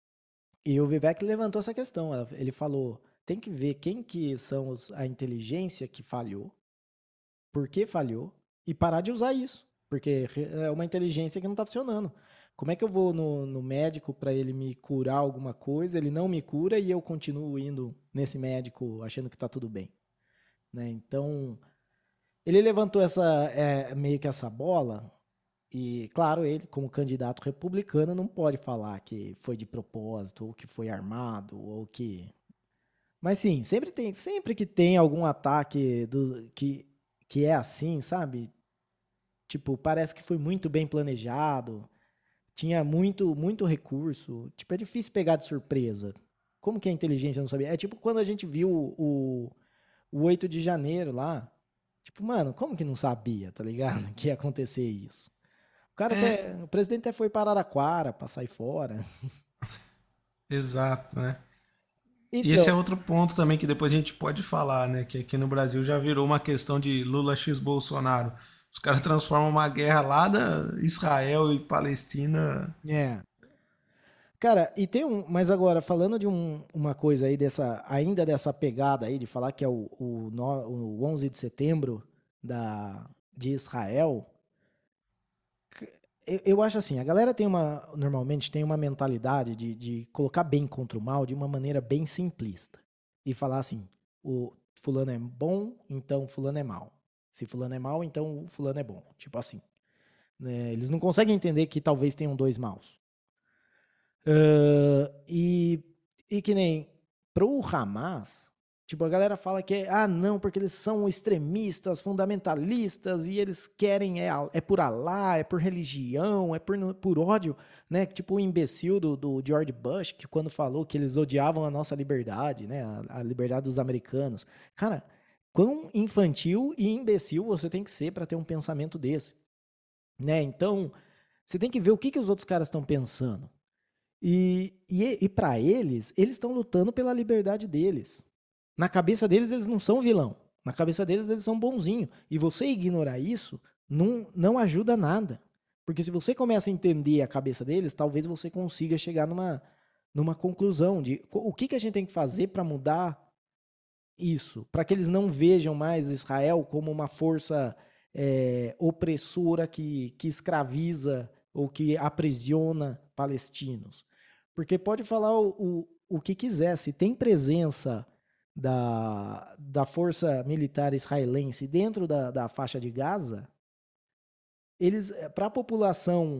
e o Vivek levantou essa questão. Ele falou: tem que ver quem que são os, a inteligência que falhou, por que falhou e parar de usar isso, porque é uma inteligência que não está funcionando. Como é que eu vou no, no médico para ele me curar alguma coisa, ele não me cura e eu continuo indo nesse médico achando que está tudo bem, né? Então ele levantou essa é, meio que essa bola. E, claro, ele, como candidato republicano, não pode falar que foi de propósito, ou que foi armado, ou que. Mas sim, sempre tem, sempre que tem algum ataque do, que, que é assim, sabe? Tipo, parece que foi muito bem planejado, tinha muito, muito recurso. Tipo, é difícil pegar de surpresa. Como que a inteligência não sabia? É tipo quando a gente viu o, o oito de janeiro lá. Tipo, mano, como que não sabia, tá ligado? Que ia acontecer isso. O cara É, até. O presidente até foi para Araraquara pra sair fora. exato, né? E esse Então, é outro ponto também que depois a gente pode falar, né? Que aqui no Brasil já virou uma questão de Lula x Bolsonaro. Os caras transformam uma guerra lá da Israel e Palestina. é. Cara, e tem um. Mas agora, falando de um- uma coisa aí, dessa, ainda dessa pegada aí, de falar que é o, o, no- o onze de setembro da, de Israel, eu, eu acho assim, a galera tem uma. Normalmente tem uma mentalidade de, de colocar bem contra o mal de uma maneira bem simplista. E falar assim, o fulano é bom, então fulano é mal. Se fulano é mal, então o fulano é bom. Tipo assim. Né? Eles não conseguem entender que talvez tenham dois maus. Ah, e, e que nem pro Hamas, tipo, a galera fala que é, ah, não, porque eles são extremistas, fundamentalistas, e eles querem, é, é por Alá, é por religião, é por, por ódio, né? Tipo o imbecil do, do George Bush, que quando falou que eles odiavam a nossa liberdade, né? A, a liberdade dos americanos. Cara, quão infantil e imbecil você tem que ser para ter um pensamento desse, né? Então, você tem que ver o que, que os outros caras estão pensando. E, e, e para eles, eles estão lutando pela liberdade deles. Na cabeça deles, eles não são vilão. Na cabeça deles, eles são bonzinho. E você ignorar isso não, não ajuda nada. Porque se você começa a entender a cabeça deles, talvez você consiga chegar numa, numa conclusão de o que, que a gente tem que fazer para mudar isso. Para que eles não vejam mais Israel como uma força é, opressora que, que escraviza ou que aprisiona palestinos. Porque pode falar o, o, o que quiser, se tem presença da, da força militar israelense dentro da, da faixa de Gaza, eles, para a população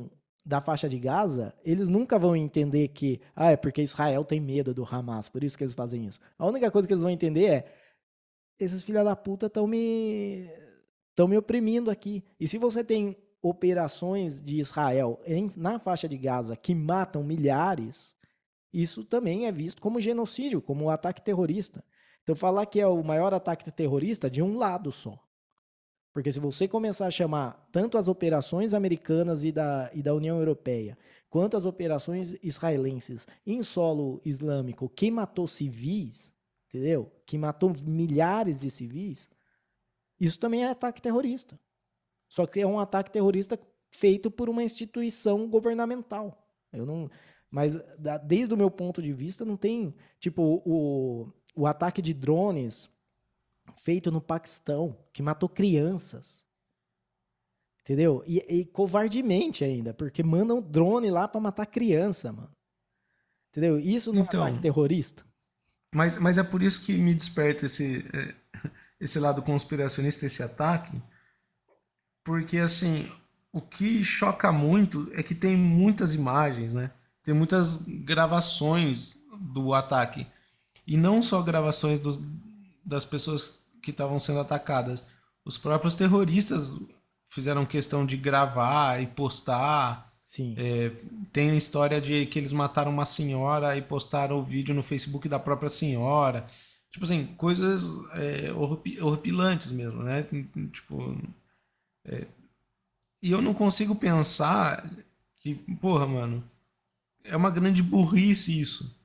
da faixa de Gaza, eles nunca vão entender que, ah, é porque Israel tem medo do Hamas, por isso que eles fazem isso. A única coisa que eles vão entender é, esses filha da puta estão me, estão me oprimindo aqui. E se você tem operações de Israel em, na faixa de Gaza que matam milhares, isso também é visto como genocídio, como um ataque terrorista. Então, falar que é o maior ataque terrorista de um lado só. Porque se você começar a chamar tanto as operações americanas e da, e da União Europeia, quanto as operações israelenses em solo islâmico, que matou civis, entendeu? Que matou milhares de civis, isso também é ataque terrorista. Só que é um ataque terrorista feito por uma instituição governamental. Eu não, mas desde o meu ponto de vista, não tem, tipo, o, o ataque de drones feito no Paquistão, que matou crianças. Entendeu? E, e covardemente ainda, porque mandam drone lá pra matar criança, mano. Entendeu? Isso não é Então, ataque terrorista? mas, mas é por isso que me desperta esse, é, esse lado conspiracionista, esse ataque, porque assim, o que choca muito é que tem muitas imagens, né? Tem muitas gravações do ataque. E não só gravações dos, das pessoas que estavam sendo atacadas. Os próprios terroristas fizeram questão de gravar e postar. Sim. É, tem a história de que eles mataram uma senhora e postaram o vídeo no Facebook da própria senhora. Tipo assim, coisas é, horripilantes mesmo, né? Tipo... É, e eu não consigo pensar que, porra, mano, é uma grande burrice isso.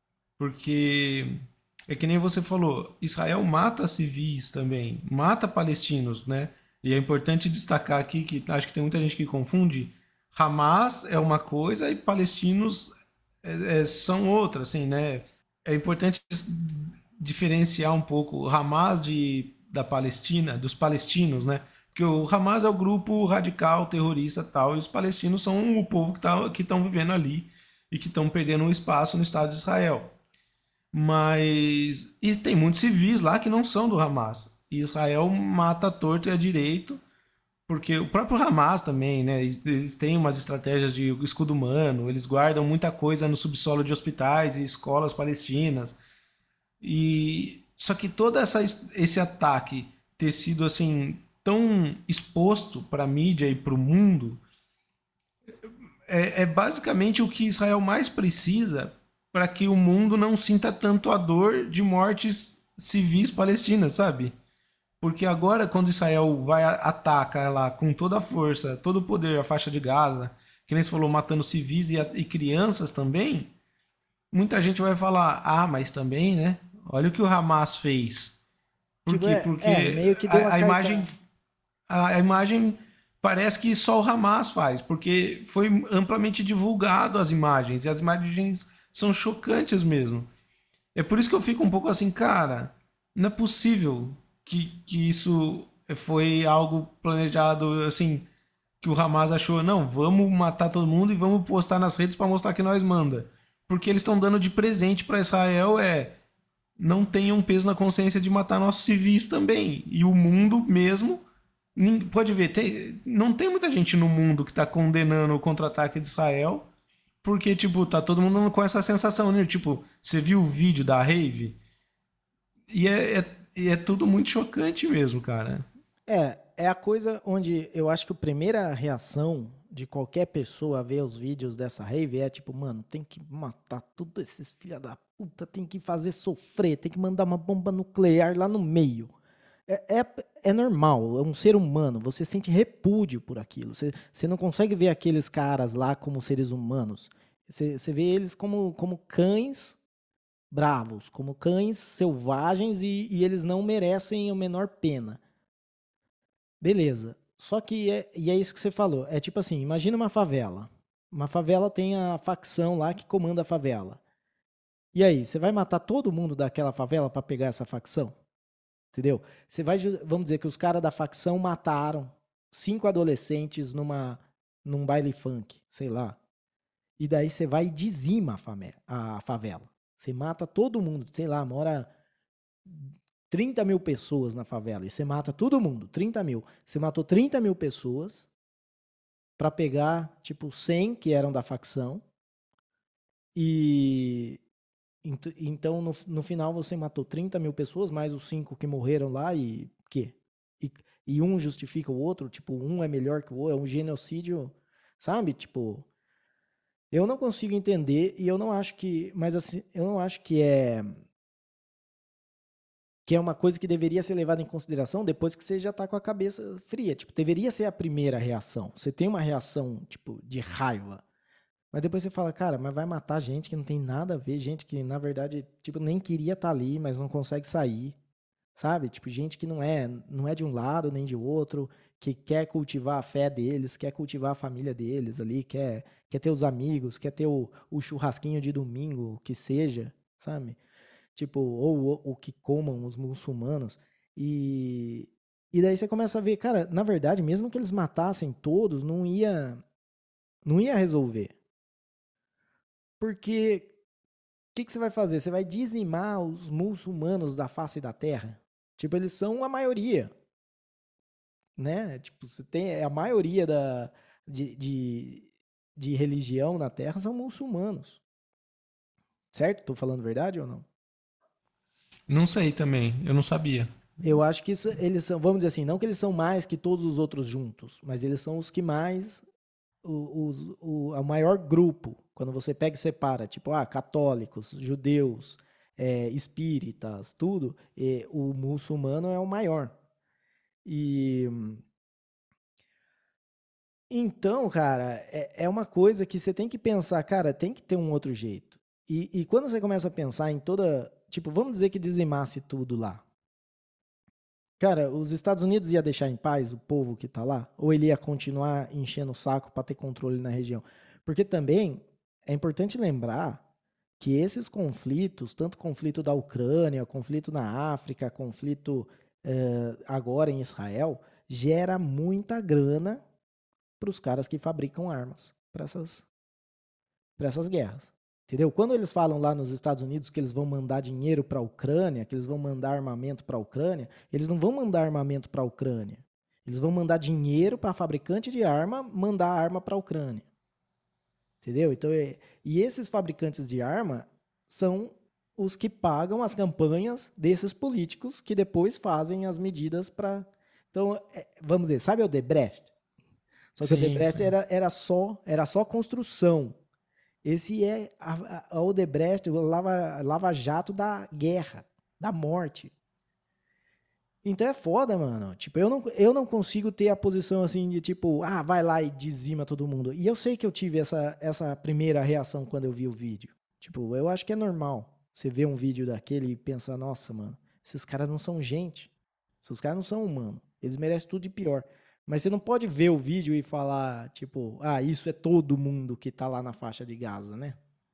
Porque é que nem você falou, Israel mata civis também, mata palestinos, né? E é importante destacar aqui que acho que tem muita gente que confunde. Hamas é uma coisa e palestinos é, é, são outra, assim, né? É importante diferenciar um pouco o Hamas de, da Palestina, dos palestinos, né? Porque o Hamas é o grupo radical, terrorista tal, e os palestinos são o povo que tá, que estão vivendo ali e que estão perdendo um espaço no Estado de Israel. Mas e tem muitos civis lá que não são do Hamas. E Israel mata a torto e a direito, porque o próprio Hamas também, né? Eles têm umas estratégias de escudo humano, eles guardam muita coisa no subsolo de hospitais e escolas palestinas. E só que todo essa, esse ataque ter sido assim tão exposto para a mídia e para o mundo é, é basicamente o que Israel mais precisa para que o mundo não sinta tanto a dor de mortes civis palestinas, sabe? Porque agora, quando Israel vai ataca lá com toda a força, todo o poder, a faixa de Gaza, que nem você falou, matando civis e, e crianças também, muita gente vai falar, ah, mas também, né? Olha o que o Hamas fez. Por Tipo, quê? é, é, Porque meio que deu a, a a imagem, carta. a, a imagem parece que só o Hamas faz, porque foi amplamente divulgado as imagens, e as imagens são chocantes mesmo. É por isso que eu fico um pouco assim, cara, não é possível que, que isso foi algo planejado, assim, que o Hamas achou, não, vamos matar todo mundo e vamos postar nas redes para mostrar que nós manda. Porque eles estão dando de presente para Israel é não tenham peso na consciência de matar nossos civis também. E o mundo mesmo, pode ver, tem, não tem muita gente no mundo que está condenando o contra-ataque de Israel, porque, tipo, tá todo mundo com essa sensação, né? Tipo, você viu o vídeo da rave? E é, é, é tudo muito chocante mesmo, cara. É, é a coisa onde eu acho que a primeira reação de qualquer pessoa a ver os vídeos dessa rave é tipo, mano, tem que matar todos esses filha da puta, tem que fazer sofrer, tem que mandar uma bomba nuclear lá no meio. É, é, é normal, é um ser humano, você sente repúdio por aquilo. Você, você não consegue ver aqueles caras lá como seres humanos. Você, você vê eles como, como cães bravos, como cães selvagens e, e eles não merecem a menor pena. Beleza. Só que é, e é isso que você falou. É tipo assim, imagina uma favela. Uma favela tem a facção lá que comanda a favela. E aí, você vai matar todo mundo daquela favela para pegar essa facção? Entendeu? Você vai, vamos dizer que os caras da facção mataram cinco adolescentes numa num baile funk, sei lá. E daí você vai e dizima a, fame, a favela. Você mata todo mundo, sei lá, mora trinta mil pessoas na favela e você mata todo mundo, trinta mil. Você matou trinta mil pessoas pra pegar, tipo, cem que eram da facção e ent- então no, no final você matou trinta mil pessoas, mais os cinco que morreram lá e quê? E, e um justifica o outro, tipo, um é melhor que o outro, é um genocídio, sabe? Tipo, eu não consigo entender e eu não acho que, mas assim, eu não acho que é que é uma coisa que deveria ser levada em consideração depois que você já tá com a cabeça fria. Tipo, deveria ser a primeira reação. Você tem uma reação, tipo, de raiva. Mas depois você fala, cara, mas vai matar gente que não tem nada a ver, gente que, na verdade, tipo, nem queria estar ali, mas não consegue sair. Sabe? Tipo, gente que não é, não é de um lado nem de outro, que quer cultivar a fé deles, quer cultivar a família deles ali, quer, quer ter os amigos, quer ter o, o churrasquinho de domingo, que seja, sabe? Tipo, ou o que comam os muçulmanos. E, e daí você começa a ver, cara, na verdade, mesmo que eles matassem todos, não ia, não ia resolver. Porque o que, que você vai fazer? Você vai dizimar os muçulmanos da face da terra? Tipo, eles são a maioria, né? Tipo, você tem é a maioria da, de, de, de religião na terra são muçulmanos. Certo? Tô falando verdade ou não? Não sei também, eu não sabia. Eu acho que isso- eles são, vamos dizer assim, não que eles são mais que todos os outros juntos, mas eles são os que mais, o, os- o, o maior grupo. Quando você pega e separa, tipo, ah, católicos, judeus, é, espíritas, tudo, e o muçulmano é o maior. E então, cara, é, é uma coisa que você tem que pensar, cara, tem que ter um outro jeito. E, e quando você começa a pensar em toda, tipo, vamos dizer que dizimasse tudo lá. Cara, os Estados Unidos ia deixar em paz o povo que tá lá? Ou ele ia continuar enchendo o saco para ter controle na região? Porque também é importante lembrar que esses conflitos, tanto conflito da Ucrânia, conflito na África, conflito eh, agora em Israel, gera muita grana para os caras que fabricam armas para essas, para essas guerras. Entendeu? Quando eles falam lá nos Estados Unidos que eles vão mandar dinheiro para a Ucrânia, que eles vão mandar armamento para a Ucrânia, eles não vão mandar armamento para a Ucrânia. Eles vão mandar dinheiro para a fabricante de arma mandar arma para a Ucrânia. Entendeu? Então, é... e esses fabricantes de arma são os que pagam as campanhas desses políticos que depois fazem as medidas para. Então, é... vamos dizer, sabe o Odebrecht? Só que o Sim, Odebrecht sim. era, era, só, era só construção. Esse é a, a Odebrecht, o lava, lava jato da guerra, da morte. Então é foda, mano. Tipo, eu não, eu não consigo ter a posição assim de tipo, ah, vai lá e dizima todo mundo. E eu sei que eu tive essa, essa primeira reação quando eu vi o vídeo. Tipo, eu acho que é normal você ver um vídeo daquele e pensar, nossa, mano, esses caras não são gente. Esses caras não são humanos. Eles merecem tudo de pior. Mas você não pode ver o vídeo e falar, tipo, ah, isso é todo mundo que tá lá na faixa de Gaza, né?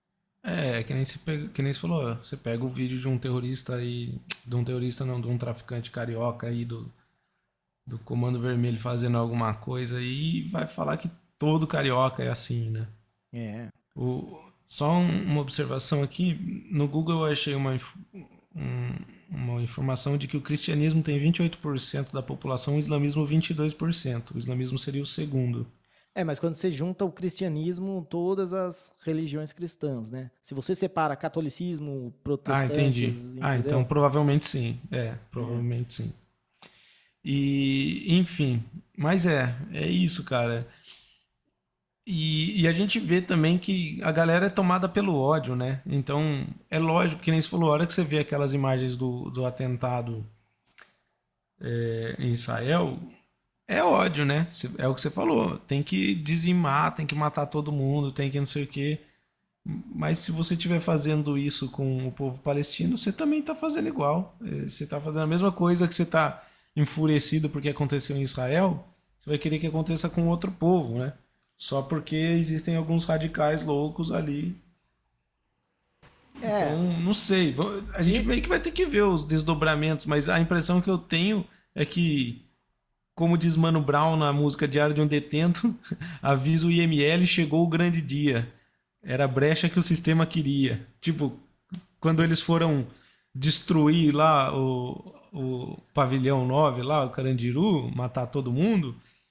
É, que nem, se pega, que nem se falou, você pega o vídeo de um terrorista aí, de um terrorista não, de um traficante carioca aí do, do Comando Vermelho fazendo alguma coisa aí e vai falar que todo carioca é assim, né? É. O, só um- uma observação aqui, no Google eu achei uma, inf- um- uma informação de que o cristianismo tem vinte e oito por cento da população, o islamismo vinte e dois por cento. O islamismo seria o segundo. É, mas quando você junta o cristianismo, todas as religiões cristãs, né? Se você separa catolicismo, Ah, entendi. protestantes, Ah, então entendeu? provavelmente sim. É, É. provavelmente sim. E, enfim, mas é, é isso, cara. E, e a gente vê também que a galera é tomada pelo ódio, né? Então, é lógico que nem se falou, a hora que você vê aquelas imagens do, do atentado é, em Israel, é ódio, né? É o que você falou. Tem que dizimar, tem que matar todo mundo, tem que não sei o quê. Mas se você estiver fazendo isso com o povo palestino, você também está fazendo igual. É, você está fazendo a mesma coisa que você está enfurecido porque aconteceu em Israel, você vai querer que aconteça com outro povo, né? Só porque existem alguns radicais loucos ali. Então, É. não sei. A gente E, meio que vai ter que ver os desdobramentos, mas a impressão que eu tenho é que, como diz Mano Brown na música Diário de um Detento, avisa o I M L, chegou o grande dia. Era a brecha que o sistema queria. Tipo, quando eles foram destruir lá o, o pavilhão nove lá, o Carandiru, matar todo mundo,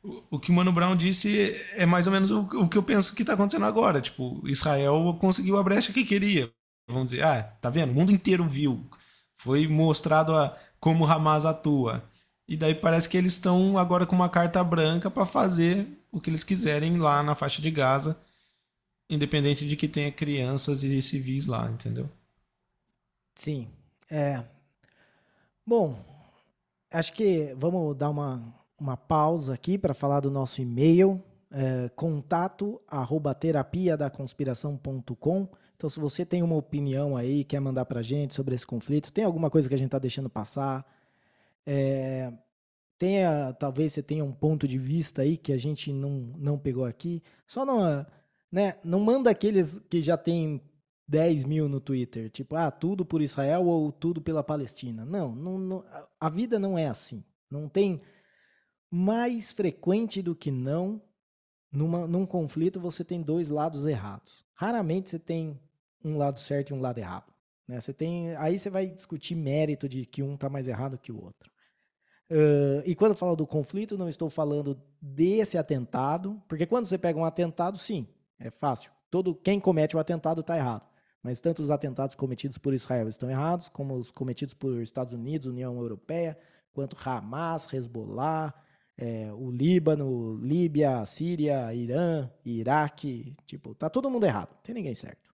O, o que o Mano Brown disse é mais ou menos o, o que eu penso que está acontecendo agora. Tipo, Israel conseguiu a brecha que queria. Vamos dizer, ah, tá vendo? O mundo inteiro viu. Foi mostrado a, como Hamas atua. E daí parece que eles estão agora com uma carta branca para fazer o que eles quiserem lá na faixa de Gaza, independente de que tenha crianças e civis lá, entendeu? Sim. É. Bom, acho que vamos dar uma, uma pausa aqui para falar do nosso e-mail, é, contato arroba terapia da conspiração ponto com. Então, se você tem uma opinião aí, quer mandar para a gente sobre esse conflito, tem alguma coisa que a gente está deixando passar, é, tenha, talvez você tenha um ponto de vista aí que a gente não, não pegou aqui, só não, né, não manda aqueles que já tem dez mil no Twitter, tipo, ah, tudo por Israel ou tudo pela Palestina. Não, não, não a vida não é assim. Não tem mais frequente do que não, numa, num conflito você tem dois lados errados. Raramente você tem um lado certo e um lado errado. Né? Você tem, aí você vai discutir mérito de que um está mais errado que o outro. Uh, e quando eu falo do conflito, não estou falando desse atentado, porque quando você pega um atentado, sim, é fácil. Todo quem comete o atentado está errado. Mas tanto os atentados cometidos por Israel estão errados, como os cometidos por Estados Unidos, União Europeia, quanto Hamas, Hezbollah, é, o Líbano, Líbia, Síria, Irã, Iraque, tipo, tá todo mundo errado, não tem ninguém certo.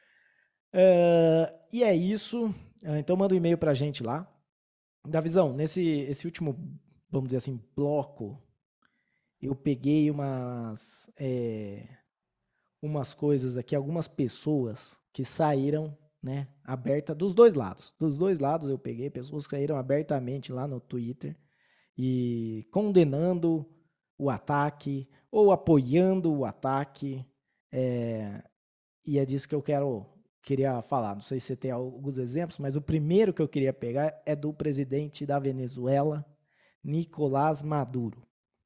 Uh, e é isso. Uh, então manda um e-mail pra gente lá. Davizão, nesse esse último, vamos dizer assim, bloco, eu peguei umas, é, umas coisas aqui, algumas pessoas que saíram, né, aberta dos dois lados. Dos dois lados eu peguei pessoas que saíram abertamente lá no Twitter e condenando o ataque ou apoiando o ataque. É, e é disso que eu quero queria falar. Não sei se você tem alguns exemplos, mas o primeiro que eu queria pegar é do presidente da Venezuela, Nicolás Maduro.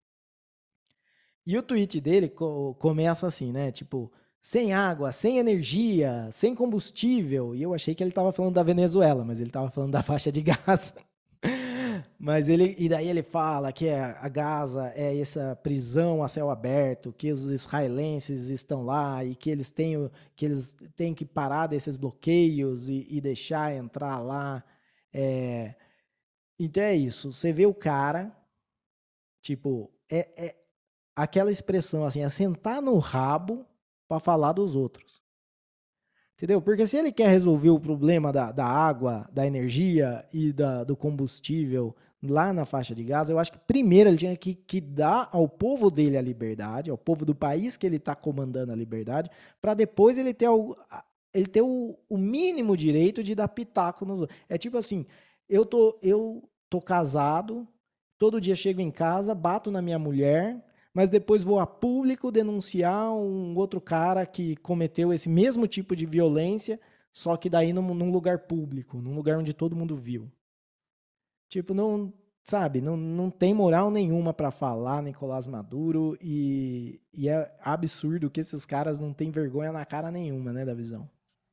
E o tweet dele co- começa assim, né? Tipo, sem água, sem energia, sem combustível. E eu achei que ele estava falando da Venezuela, mas ele estava falando da faixa de Gaza. Mas ele, e daí ele fala que a Gaza é essa prisão a céu aberto, que os israelenses estão lá e que eles têm, que eles têm que parar desses bloqueios e, e deixar entrar lá. É, então é isso. Você vê o cara, tipo, é, é aquela expressão assim, é sentar no rabo para falar dos outros. Entendeu? Porque se ele quer resolver o problema da, da água, da energia e da, do combustível lá na faixa de Gaza, eu acho que primeiro ele tinha que, que dar ao povo dele a liberdade, ao povo do país que ele está comandando a liberdade, para depois ele ter, o, ele ter o, o mínimo direito de dar pitaco nos outros. É tipo assim, eu tô, eu tô casado, todo dia chego em casa, bato na minha mulher, mas depois vou a público denunciar um outro cara que cometeu esse mesmo tipo de violência, só que daí num, num lugar público, num lugar onde todo mundo viu. Tipo, não, sabe, não, não tem moral nenhuma pra falar Nicolás Maduro e, e é absurdo que esses caras não têm vergonha na cara nenhuma, né, da visão.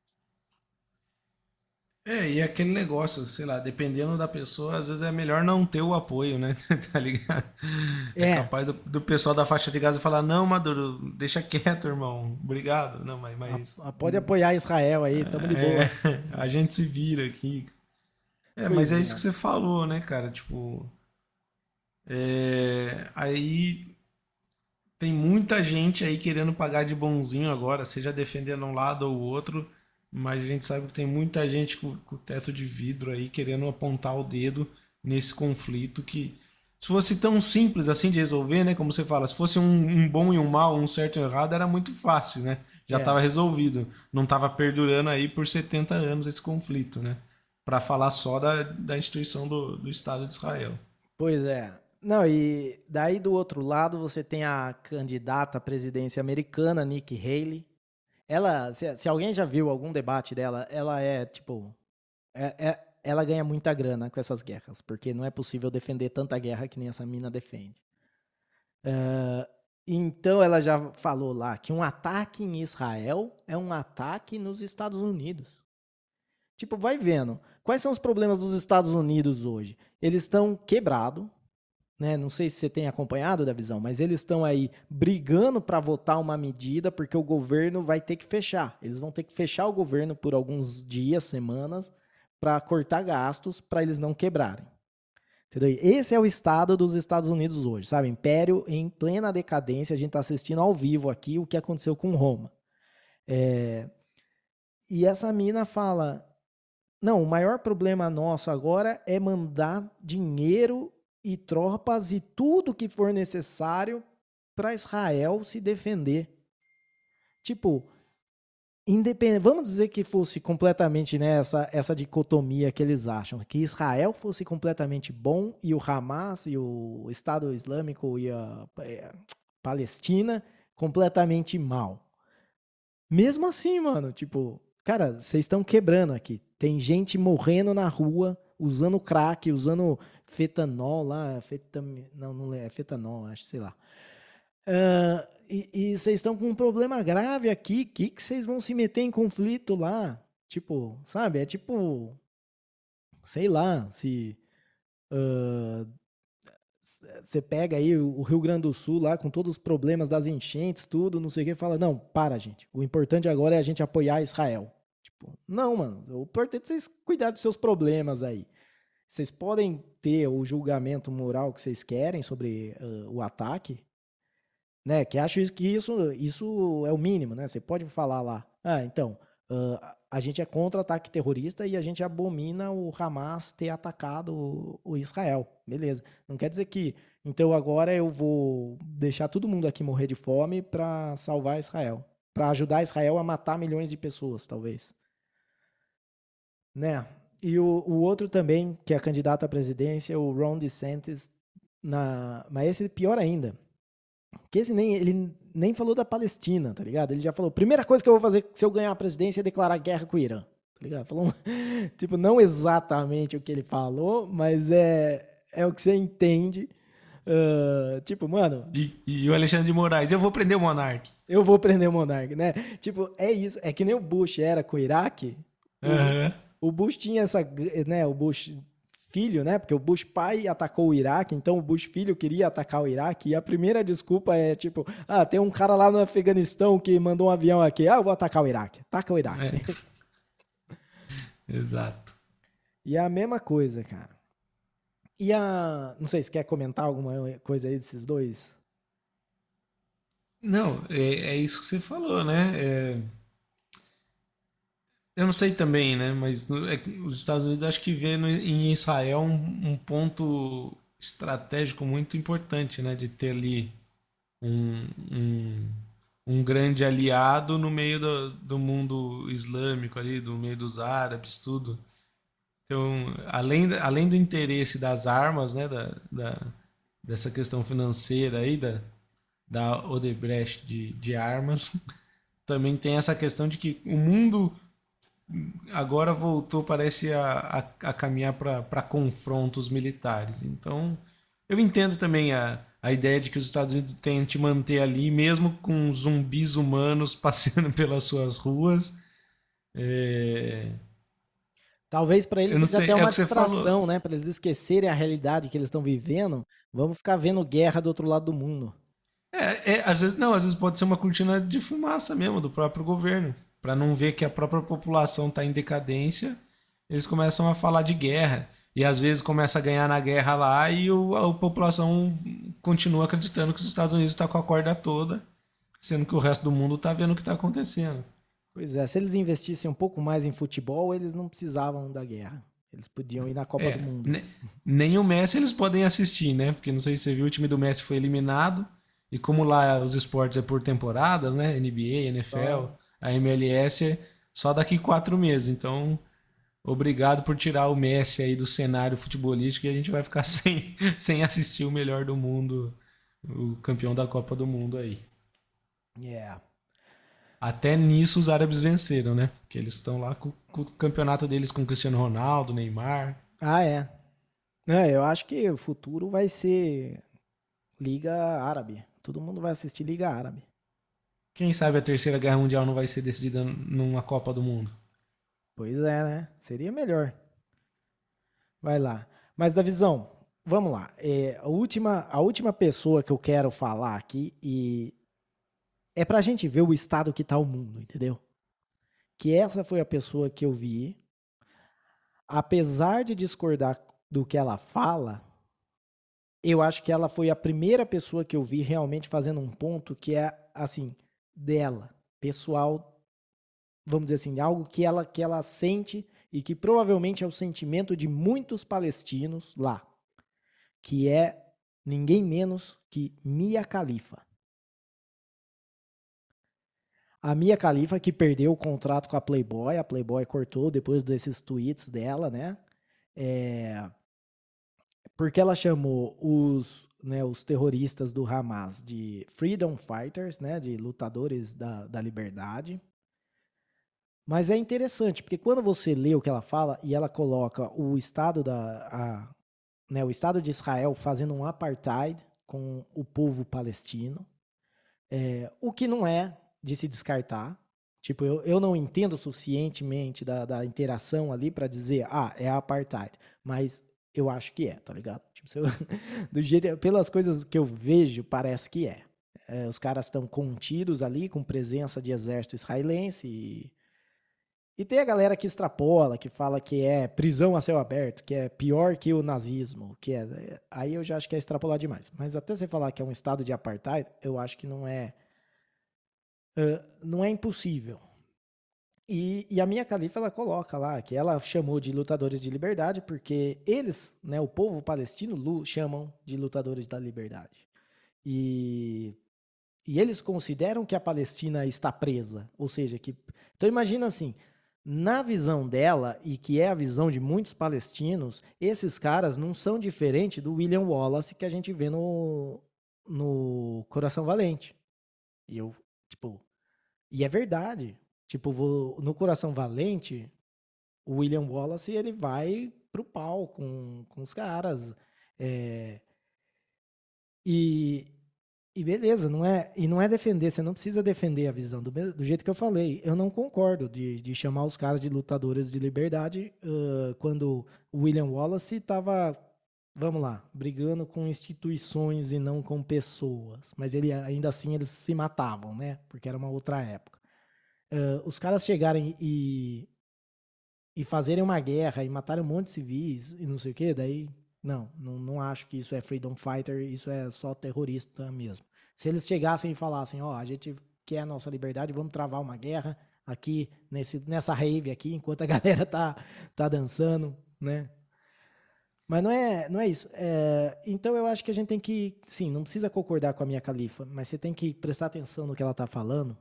É, e aquele negócio, sei lá, dependendo da pessoa, às vezes é melhor não ter o apoio, né? Tá ligado? É É, capaz do, do pessoal da faixa de Gaza falar, não, Maduro, deixa quieto, irmão. Obrigado. Não, mas, a- mas a- pode apoiar Israel aí, tamo de é, boa. a gente se vira aqui. É, mas Pois é isso que é. você falou, né, cara? Tipo, é, aí tem muita gente aí querendo pagar de bonzinho agora, seja defendendo um lado ou outro, mas a gente sabe que tem muita gente com, com o teto de vidro aí querendo apontar o dedo nesse conflito que, se fosse tão simples assim de resolver, né? Como você fala, se fosse um, um bom e um mal, um certo e um errado, era muito fácil, né? Já É, estava resolvido. Não estava perdurando aí por setenta anos esse conflito, né? Para falar só da, da instituição do, do Estado de Israel. pois é. Não, e daí do outro lado você tem a candidata à presidência americana, Nikki Haley. Ela, se, se alguém já viu algum debate dela, ela é tipo, é, é- ela ganha muita grana com essas guerras, porque não é possível defender tanta guerra que nem essa mina defende. Ah, então ela já falou lá que um ataque em Israel é um ataque nos Estados Unidos. Tipo, vai vendo. Quais são os problemas dos Estados Unidos hoje? Eles estão quebrados, né? Não sei se você tem acompanhado da visão, mas eles estão aí brigando para votar uma medida porque o governo vai ter que fechar. Eles vão ter que fechar o governo por alguns dias, semanas, para cortar gastos para eles não quebrarem. Entendeu? Esse é o estado dos Estados Unidos hoje, sabe? Império em plena decadência. A gente está assistindo ao vivo aqui o que aconteceu com Roma. É... E essa mina fala: não, o maior problema nosso agora é mandar dinheiro e tropas e tudo que for necessário para Israel se defender. Tipo, independente, vamos dizer que fosse completamente, né, essa, essa dicotomia que eles acham, que Israel fosse completamente bom e o Hamas e o Estado Islâmico e a, a Palestina completamente mal. Mesmo assim, mano, tipo, cara, vocês estão quebrando aqui. Tem gente morrendo na rua, usando crack, usando fetanol lá, fetam... não, não é fetanol, acho, sei lá. Uh, e vocês estão com um problema grave aqui, o que vocês vão se meter em conflito lá? Tipo, sabe, é tipo, sei lá, se você uh, pega aí o Rio Grande do Sul lá com todos os problemas das enchentes, tudo, não sei o que, fala, não, para, gente, o importante agora é a gente apoiar Israel. Tipo, não, mano, o importante é vocês cuidar dos seus problemas aí. Vocês podem ter o julgamento moral que vocês querem sobre uh, o ataque, né? Que acho que isso, isso é o mínimo, né? Você pode falar lá, ah, então, uh, a gente é contra ataque terrorista e a gente abomina o Hamas ter atacado o, o Israel. Beleza. Não quer dizer que, então agora eu vou deixar todo mundo aqui morrer de fome para salvar Israel. Para ajudar Israel a matar milhões de pessoas, talvez. Né? E o, o outro também, que é candidato à presidência, o Ron DeSantis, na... mas esse é pior ainda. Porque esse nem, ele nem falou da Palestina, tá ligado? Ele já falou, primeira coisa que eu vou fazer se eu ganhar a presidência é declarar guerra com o Irã, tá ligado? Falou, tipo, não exatamente o que ele falou, mas é, é o que você entende. Uh, tipo, mano... E, e o Alexandre de Moraes, eu vou prender o Monark. Eu vou prender o Monark, né? Tipo, é isso. É que nem o Bush era com o Iraque. Uhum. O, o Bush tinha essa... né? O Bush... filho, né? Porque o Bush pai atacou o Iraque, então o Bush filho queria atacar o Iraque, e a primeira desculpa é tipo, ah, tem um cara lá no Afeganistão que mandou um avião aqui, ah, eu vou atacar o Iraque. Ataca o Iraque. É. Exato. E é a mesma coisa, cara. E a... Não sei se quer comentar alguma coisa aí desses dois? Não, é, é isso que você falou, né? É... Eu não sei também, né? Mas no- é que os Estados Unidos acho que vê no- em Israel um, um ponto estratégico muito importante, né? De ter ali um, um, um grande aliado no meio do, do mundo islâmico ali, do meio dos árabes, tudo. Então, além, da- além do interesse das armas, né? Da, da, dessa questão financeira aí, da, da Odebrecht de, de armas, também tem essa questão de que o mundo agora voltou, parece, a, a, a caminhar para confrontos militares. Então, eu entendo também a, a ideia de que os Estados Unidos tentem manter ali, mesmo com zumbis humanos passeando pelas suas ruas. É... Talvez para Eu eles não seja sei, até é o uma que você falou. distração, né? Para eles esquecerem a realidade que eles estão vivendo, vamos ficar vendo guerra do outro lado do mundo. É, é, às vezes não, às vezes pode ser uma cortina de fumaça mesmo do próprio governo, para não ver que a própria população está em decadência, eles começam a falar de guerra e às vezes começa a ganhar na guerra lá e o, a população continua acreditando que os Estados Unidos está com a corda toda, sendo que o resto do mundo está vendo o que está acontecendo. Pois é, se eles investissem um pouco mais em futebol, eles não precisavam da guerra. Eles podiam ir na Copa do É, Mundo. ne- nem o Messi eles podem assistir, né? Porque não sei se você viu, o time do Messi foi eliminado. E como lá os esportes é por temporadas, né? N B A, Só... N F L, a M L S é só daqui quatro meses. Então, obrigado por tirar o Messi aí do cenário futebolístico e a gente vai ficar sem, sem assistir o melhor do mundo, o campeão da Copa do Mundo aí. Yeah. Até nisso os árabes venceram, né? Porque eles estão lá com, com o campeonato deles com Cristiano Ronaldo, Neymar. Ah, é. É, eu acho que o futuro vai ser Liga Árabe. Todo mundo vai assistir Liga Árabe. Quem sabe a Terceira Guerra Mundial não vai ser decidida numa Copa do Mundo? Pois é, né? Seria melhor. Vai lá. Mas da visão, vamos lá. É, a última, a última pessoa que eu quero falar aqui e é pra gente ver o estado que tá o mundo, entendeu? Que essa foi a pessoa que eu vi, apesar de discordar do que ela fala, eu acho que ela foi a primeira pessoa que eu vi realmente fazendo um ponto que é, assim, dela, pessoal, vamos dizer assim, algo que ela, que ela sente e que provavelmente é o sentimento de muitos palestinos lá, que é ninguém menos que Mia Khalifa. A Mia Khalifa que perdeu o contrato com a Playboy, a Playboy cortou depois desses tweets dela, né? É, porque ela chamou os, né, os terroristas do Hamas de freedom fighters, né, de lutadores da, da liberdade. Mas é interessante, porque quando você lê o que ela fala e ela coloca o Estado, da, a, né, o Estado de Israel fazendo um apartheid com o povo palestino, é, o que não é de se descartar. Tipo, eu, eu não entendo suficientemente da, da interação ali para dizer, ah, é apartheid. Mas eu acho que é, tá ligado? Tipo, se eu, do jeito, pelas coisas que eu vejo, parece que é. É, os caras estão contidos ali, com presença de exército israelense. E, e tem a galera que extrapola, que fala que é prisão a céu aberto, que é pior que o nazismo, que é. Aí eu já acho que é extrapolar demais. Mas até você falar que é um estado de apartheid, eu acho que não é. Uh, não é impossível. E, e a Mia Khalifa, ela coloca lá que ela chamou de lutadores de liberdade porque eles, né, o povo palestino, chamam de lutadores da liberdade. E, e eles consideram que a Palestina está presa. Ou seja, que... Então imagina assim, na visão dela, e que é a visão de muitos palestinos, esses caras não são diferentes do William Wallace que a gente vê no, no Coração Valente. E eu, tipo... E é verdade. Tipo, vou, no Coração Valente, o William Wallace, ele vai pro pau com, com os caras. É, e, e beleza, não é, e não é defender, você não precisa defender a visão. Do, do jeito que eu falei, eu não concordo de, de chamar os caras de lutadores de liberdade uh, quando o William Wallace estava, vamos lá, brigando com instituições e não com pessoas. Mas ele, ainda assim eles se matavam, né? Porque era uma outra época. Uh, os caras chegarem e, e fazerem uma guerra e matarem um monte de civis e não sei o que, daí não, não, não acho que isso é freedom fighter, isso é só terrorista mesmo. Se eles chegassem e falassem, ó, oh, a gente quer a nossa liberdade, vamos travar uma guerra aqui nesse, nessa rave aqui, enquanto a galera tá, tá dançando, né? Mas não é, não é isso. É, então eu acho que a gente tem que, sim, não precisa concordar com a Mia Khalifa, mas você tem que prestar atenção no que ela tá falando.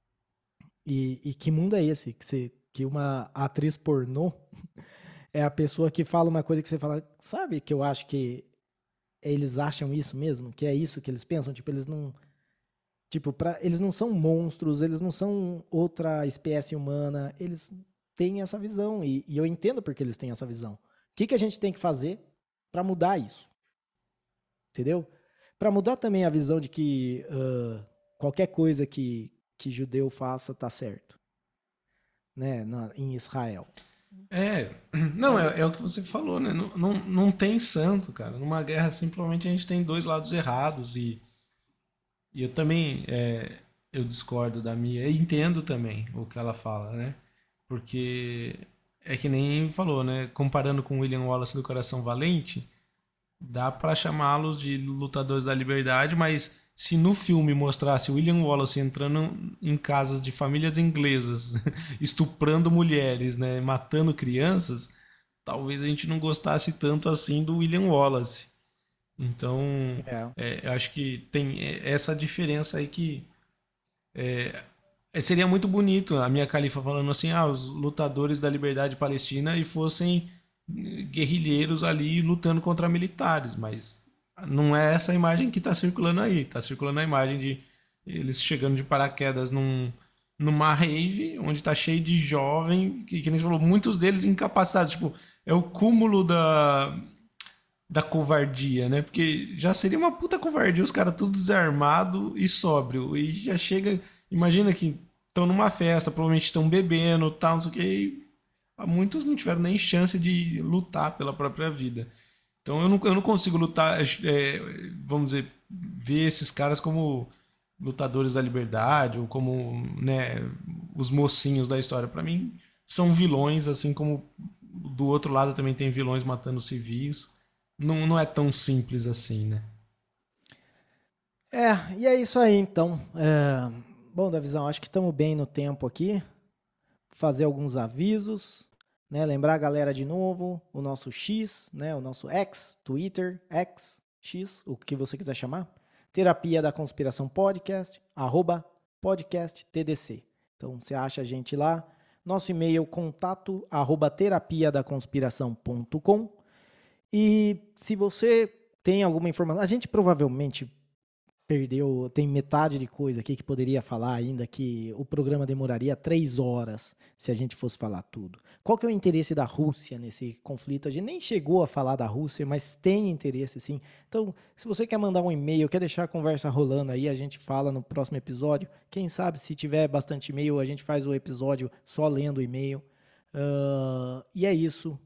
E, e que mundo é esse? Que, você, que uma atriz pornô é a pessoa que fala uma coisa que você fala, sabe que eu acho que eles acham isso mesmo? Que é isso que eles pensam? Tipo, eles não. Tipo, pra, eles não são monstros, eles não são outra espécie humana, eles têm essa visão. E, e eu entendo porque eles têm essa visão. O que, que a gente tem que fazer para mudar isso? Entendeu? Para mudar também a visão de que uh, qualquer coisa que, que judeu faça tá certo, né, na, em Israel. É, não, é, é o que você falou, né? Não, não, não tem santo, cara. Numa guerra assim, provavelmente a gente tem dois lados errados e, e eu também é, eu discordo da Mia e entendo também o que ela fala, né? Porque é que nem falou, né? Comparando com William Wallace do Coração Valente, dá pra chamá-los de lutadores da liberdade, mas se no filme mostrasse William Wallace entrando em casas de famílias inglesas, estuprando mulheres, né, matando crianças, talvez a gente não gostasse tanto assim do William Wallace. Então, É. é, eu acho que tem essa diferença aí que é, seria muito bonito a Mia Khalifa falando assim, ah, os lutadores da liberdade palestina e fossem guerrilheiros ali lutando contra militares, mas não é essa a imagem que está circulando aí. Está circulando a imagem de eles chegando de paraquedas num, numa rave, onde está cheio de jovem, que, que nem você falou, muitos deles incapacitados. Tipo, é o cúmulo da, da covardia, né? Porque já seria uma puta covardia os caras tudo desarmado e sóbrio. E já chega... Imagina que estão numa festa, provavelmente estão bebendo, tal, não sei o que, e muitos não tiveram nem chance de lutar pela própria vida. Então eu não, eu não consigo lutar, é, vamos dizer, ver esses caras como lutadores da liberdade ou como, né, os mocinhos da história. Para mim, são vilões, assim como do outro lado também tem vilões matando civis. Não, não é tão simples assim, né? É, e é isso aí então. É, bom, Davizão, acho que estamos bem no tempo aqui. Fazer alguns avisos, né? Lembrar a galera de novo, o nosso X, né? O nosso X, Twitter, X, X, o que você quiser chamar. Terapia da Conspiração Podcast, arroba podcast T D C. Então você acha a gente lá. Nosso e-mail, contato, arroba terapia da conspiração ponto com. E se você tem alguma informação, a gente provavelmente perdeu, tem metade de coisa aqui que poderia falar ainda, que o programa demoraria três horas se a gente fosse falar tudo. Qual que é o interesse da Rússia nesse conflito? A gente nem chegou a falar da Rússia, mas tem interesse sim. Então, se você quer mandar um e-mail, quer deixar a conversa rolando aí, a gente fala no próximo episódio. Quem sabe, se tiver bastante e-mail, a gente faz o episódio só lendo o e-mail. Uh, e é isso.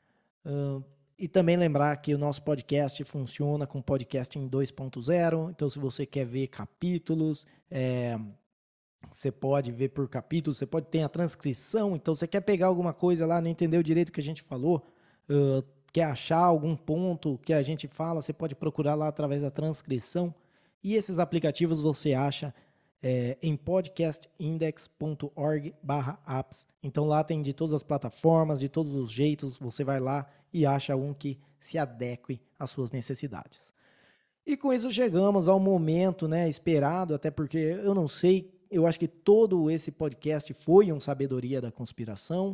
Uh, E também lembrar que o nosso podcast funciona com podcasting dois ponto zero. Então, se você quer ver capítulos, é, você pode ver por capítulo, você pode ter a transcrição. Então, você quer pegar alguma coisa lá, não entendeu direito o que a gente falou, uh, quer achar algum ponto que a gente fala, você pode procurar lá através da transcrição. E esses aplicativos você acha é, em podcastindex ponto org barra apps. Então, lá tem de todas as plataformas, de todos os jeitos, você vai lá e acha um que se adeque às suas necessidades. E com isso chegamos ao momento, né, esperado, até porque eu não sei, eu acho que todo esse podcast foi um Sabedoria da Conspiração,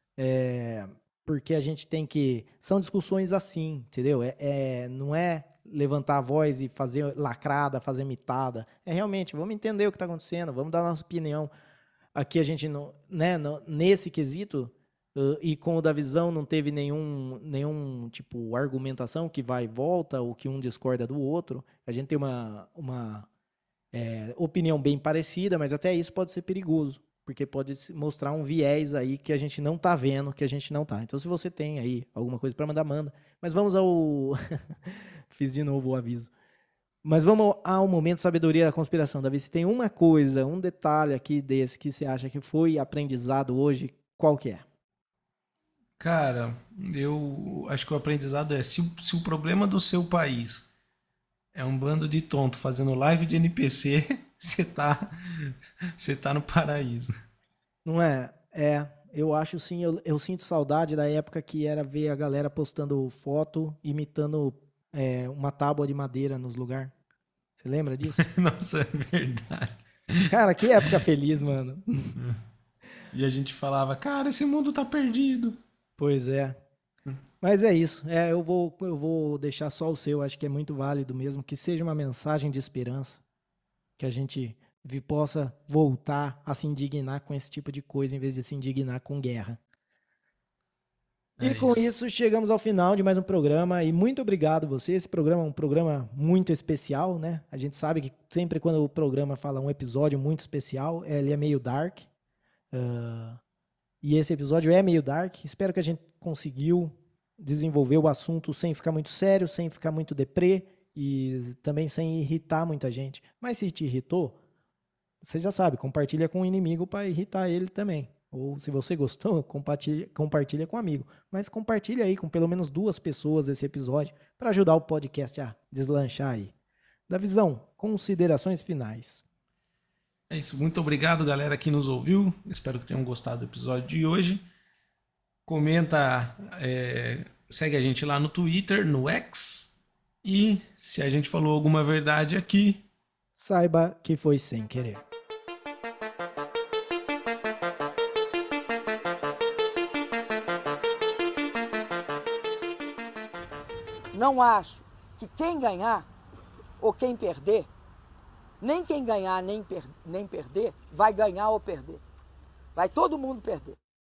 é, porque a gente tem que... São discussões assim, entendeu? É, é, não é levantar a voz e fazer lacrada, fazer mitada. É realmente, vamos entender o que está acontecendo, vamos dar a nossa opinião. Aqui a gente, não, né, não, nesse quesito... Uh, e com o Davizão não teve nenhum, nenhum tipo argumentação que vai e volta ou que um discorda do outro. A gente tem uma, uma é, opinião bem parecida, mas até isso pode ser perigoso, porque pode mostrar um viés aí que a gente não tá vendo, que a gente não tá. Então, se você tem aí alguma coisa para mandar, manda. Mas vamos ao... Fiz de novo o aviso. Mas vamos ao momento sabedoria da conspiração. Davi, se tem uma coisa, um detalhe aqui desse que você acha que foi aprendizado hoje, qual que é? Cara, eu acho que o aprendizado é, se, se o problema do seu país é um bando de tonto fazendo live de N P C, você tá, você tá no paraíso. Não é? É, eu acho sim, eu, eu sinto saudade da época que era ver a galera postando foto, imitando é, uma tábua de madeira nos lugares. Você lembra disso? Nossa, é verdade. Cara, que época feliz, mano. E a gente falava, cara, esse mundo tá perdido. Pois é. Mas é isso. É, eu vou, eu vou deixar só o seu. Acho que é muito válido mesmo. Que seja uma mensagem de esperança. Que a gente possa voltar a se indignar com esse tipo de coisa em vez de se indignar com guerra. É e com isso. isso chegamos ao final de mais um programa. E muito obrigado você. Esse programa é um programa muito especial, né? A gente sabe que sempre quando o programa fala um episódio muito especial, ele é meio dark. Uh... E esse episódio é meio dark. Espero que a gente conseguiu desenvolver o assunto sem ficar muito sério, sem ficar muito deprê e também sem irritar muita gente. Mas se te irritou, você já sabe, compartilha com o inimigo para irritar ele também. Ou se você gostou, compartilha, compartilha com um amigo. Mas compartilha aí com pelo menos duas pessoas esse episódio para ajudar o podcast a deslanchar aí. Davizão, considerações finais. É isso, muito obrigado galera que nos ouviu, espero que tenham gostado do episódio de hoje. Comenta, é, segue a gente lá no Twitter, no X, e se a gente falou alguma verdade aqui, saiba que foi sem querer. Não acho que quem ganhar ou quem perder, nem quem ganhar nem, per nem perder, vai ganhar ou perder. Vai todo mundo perder.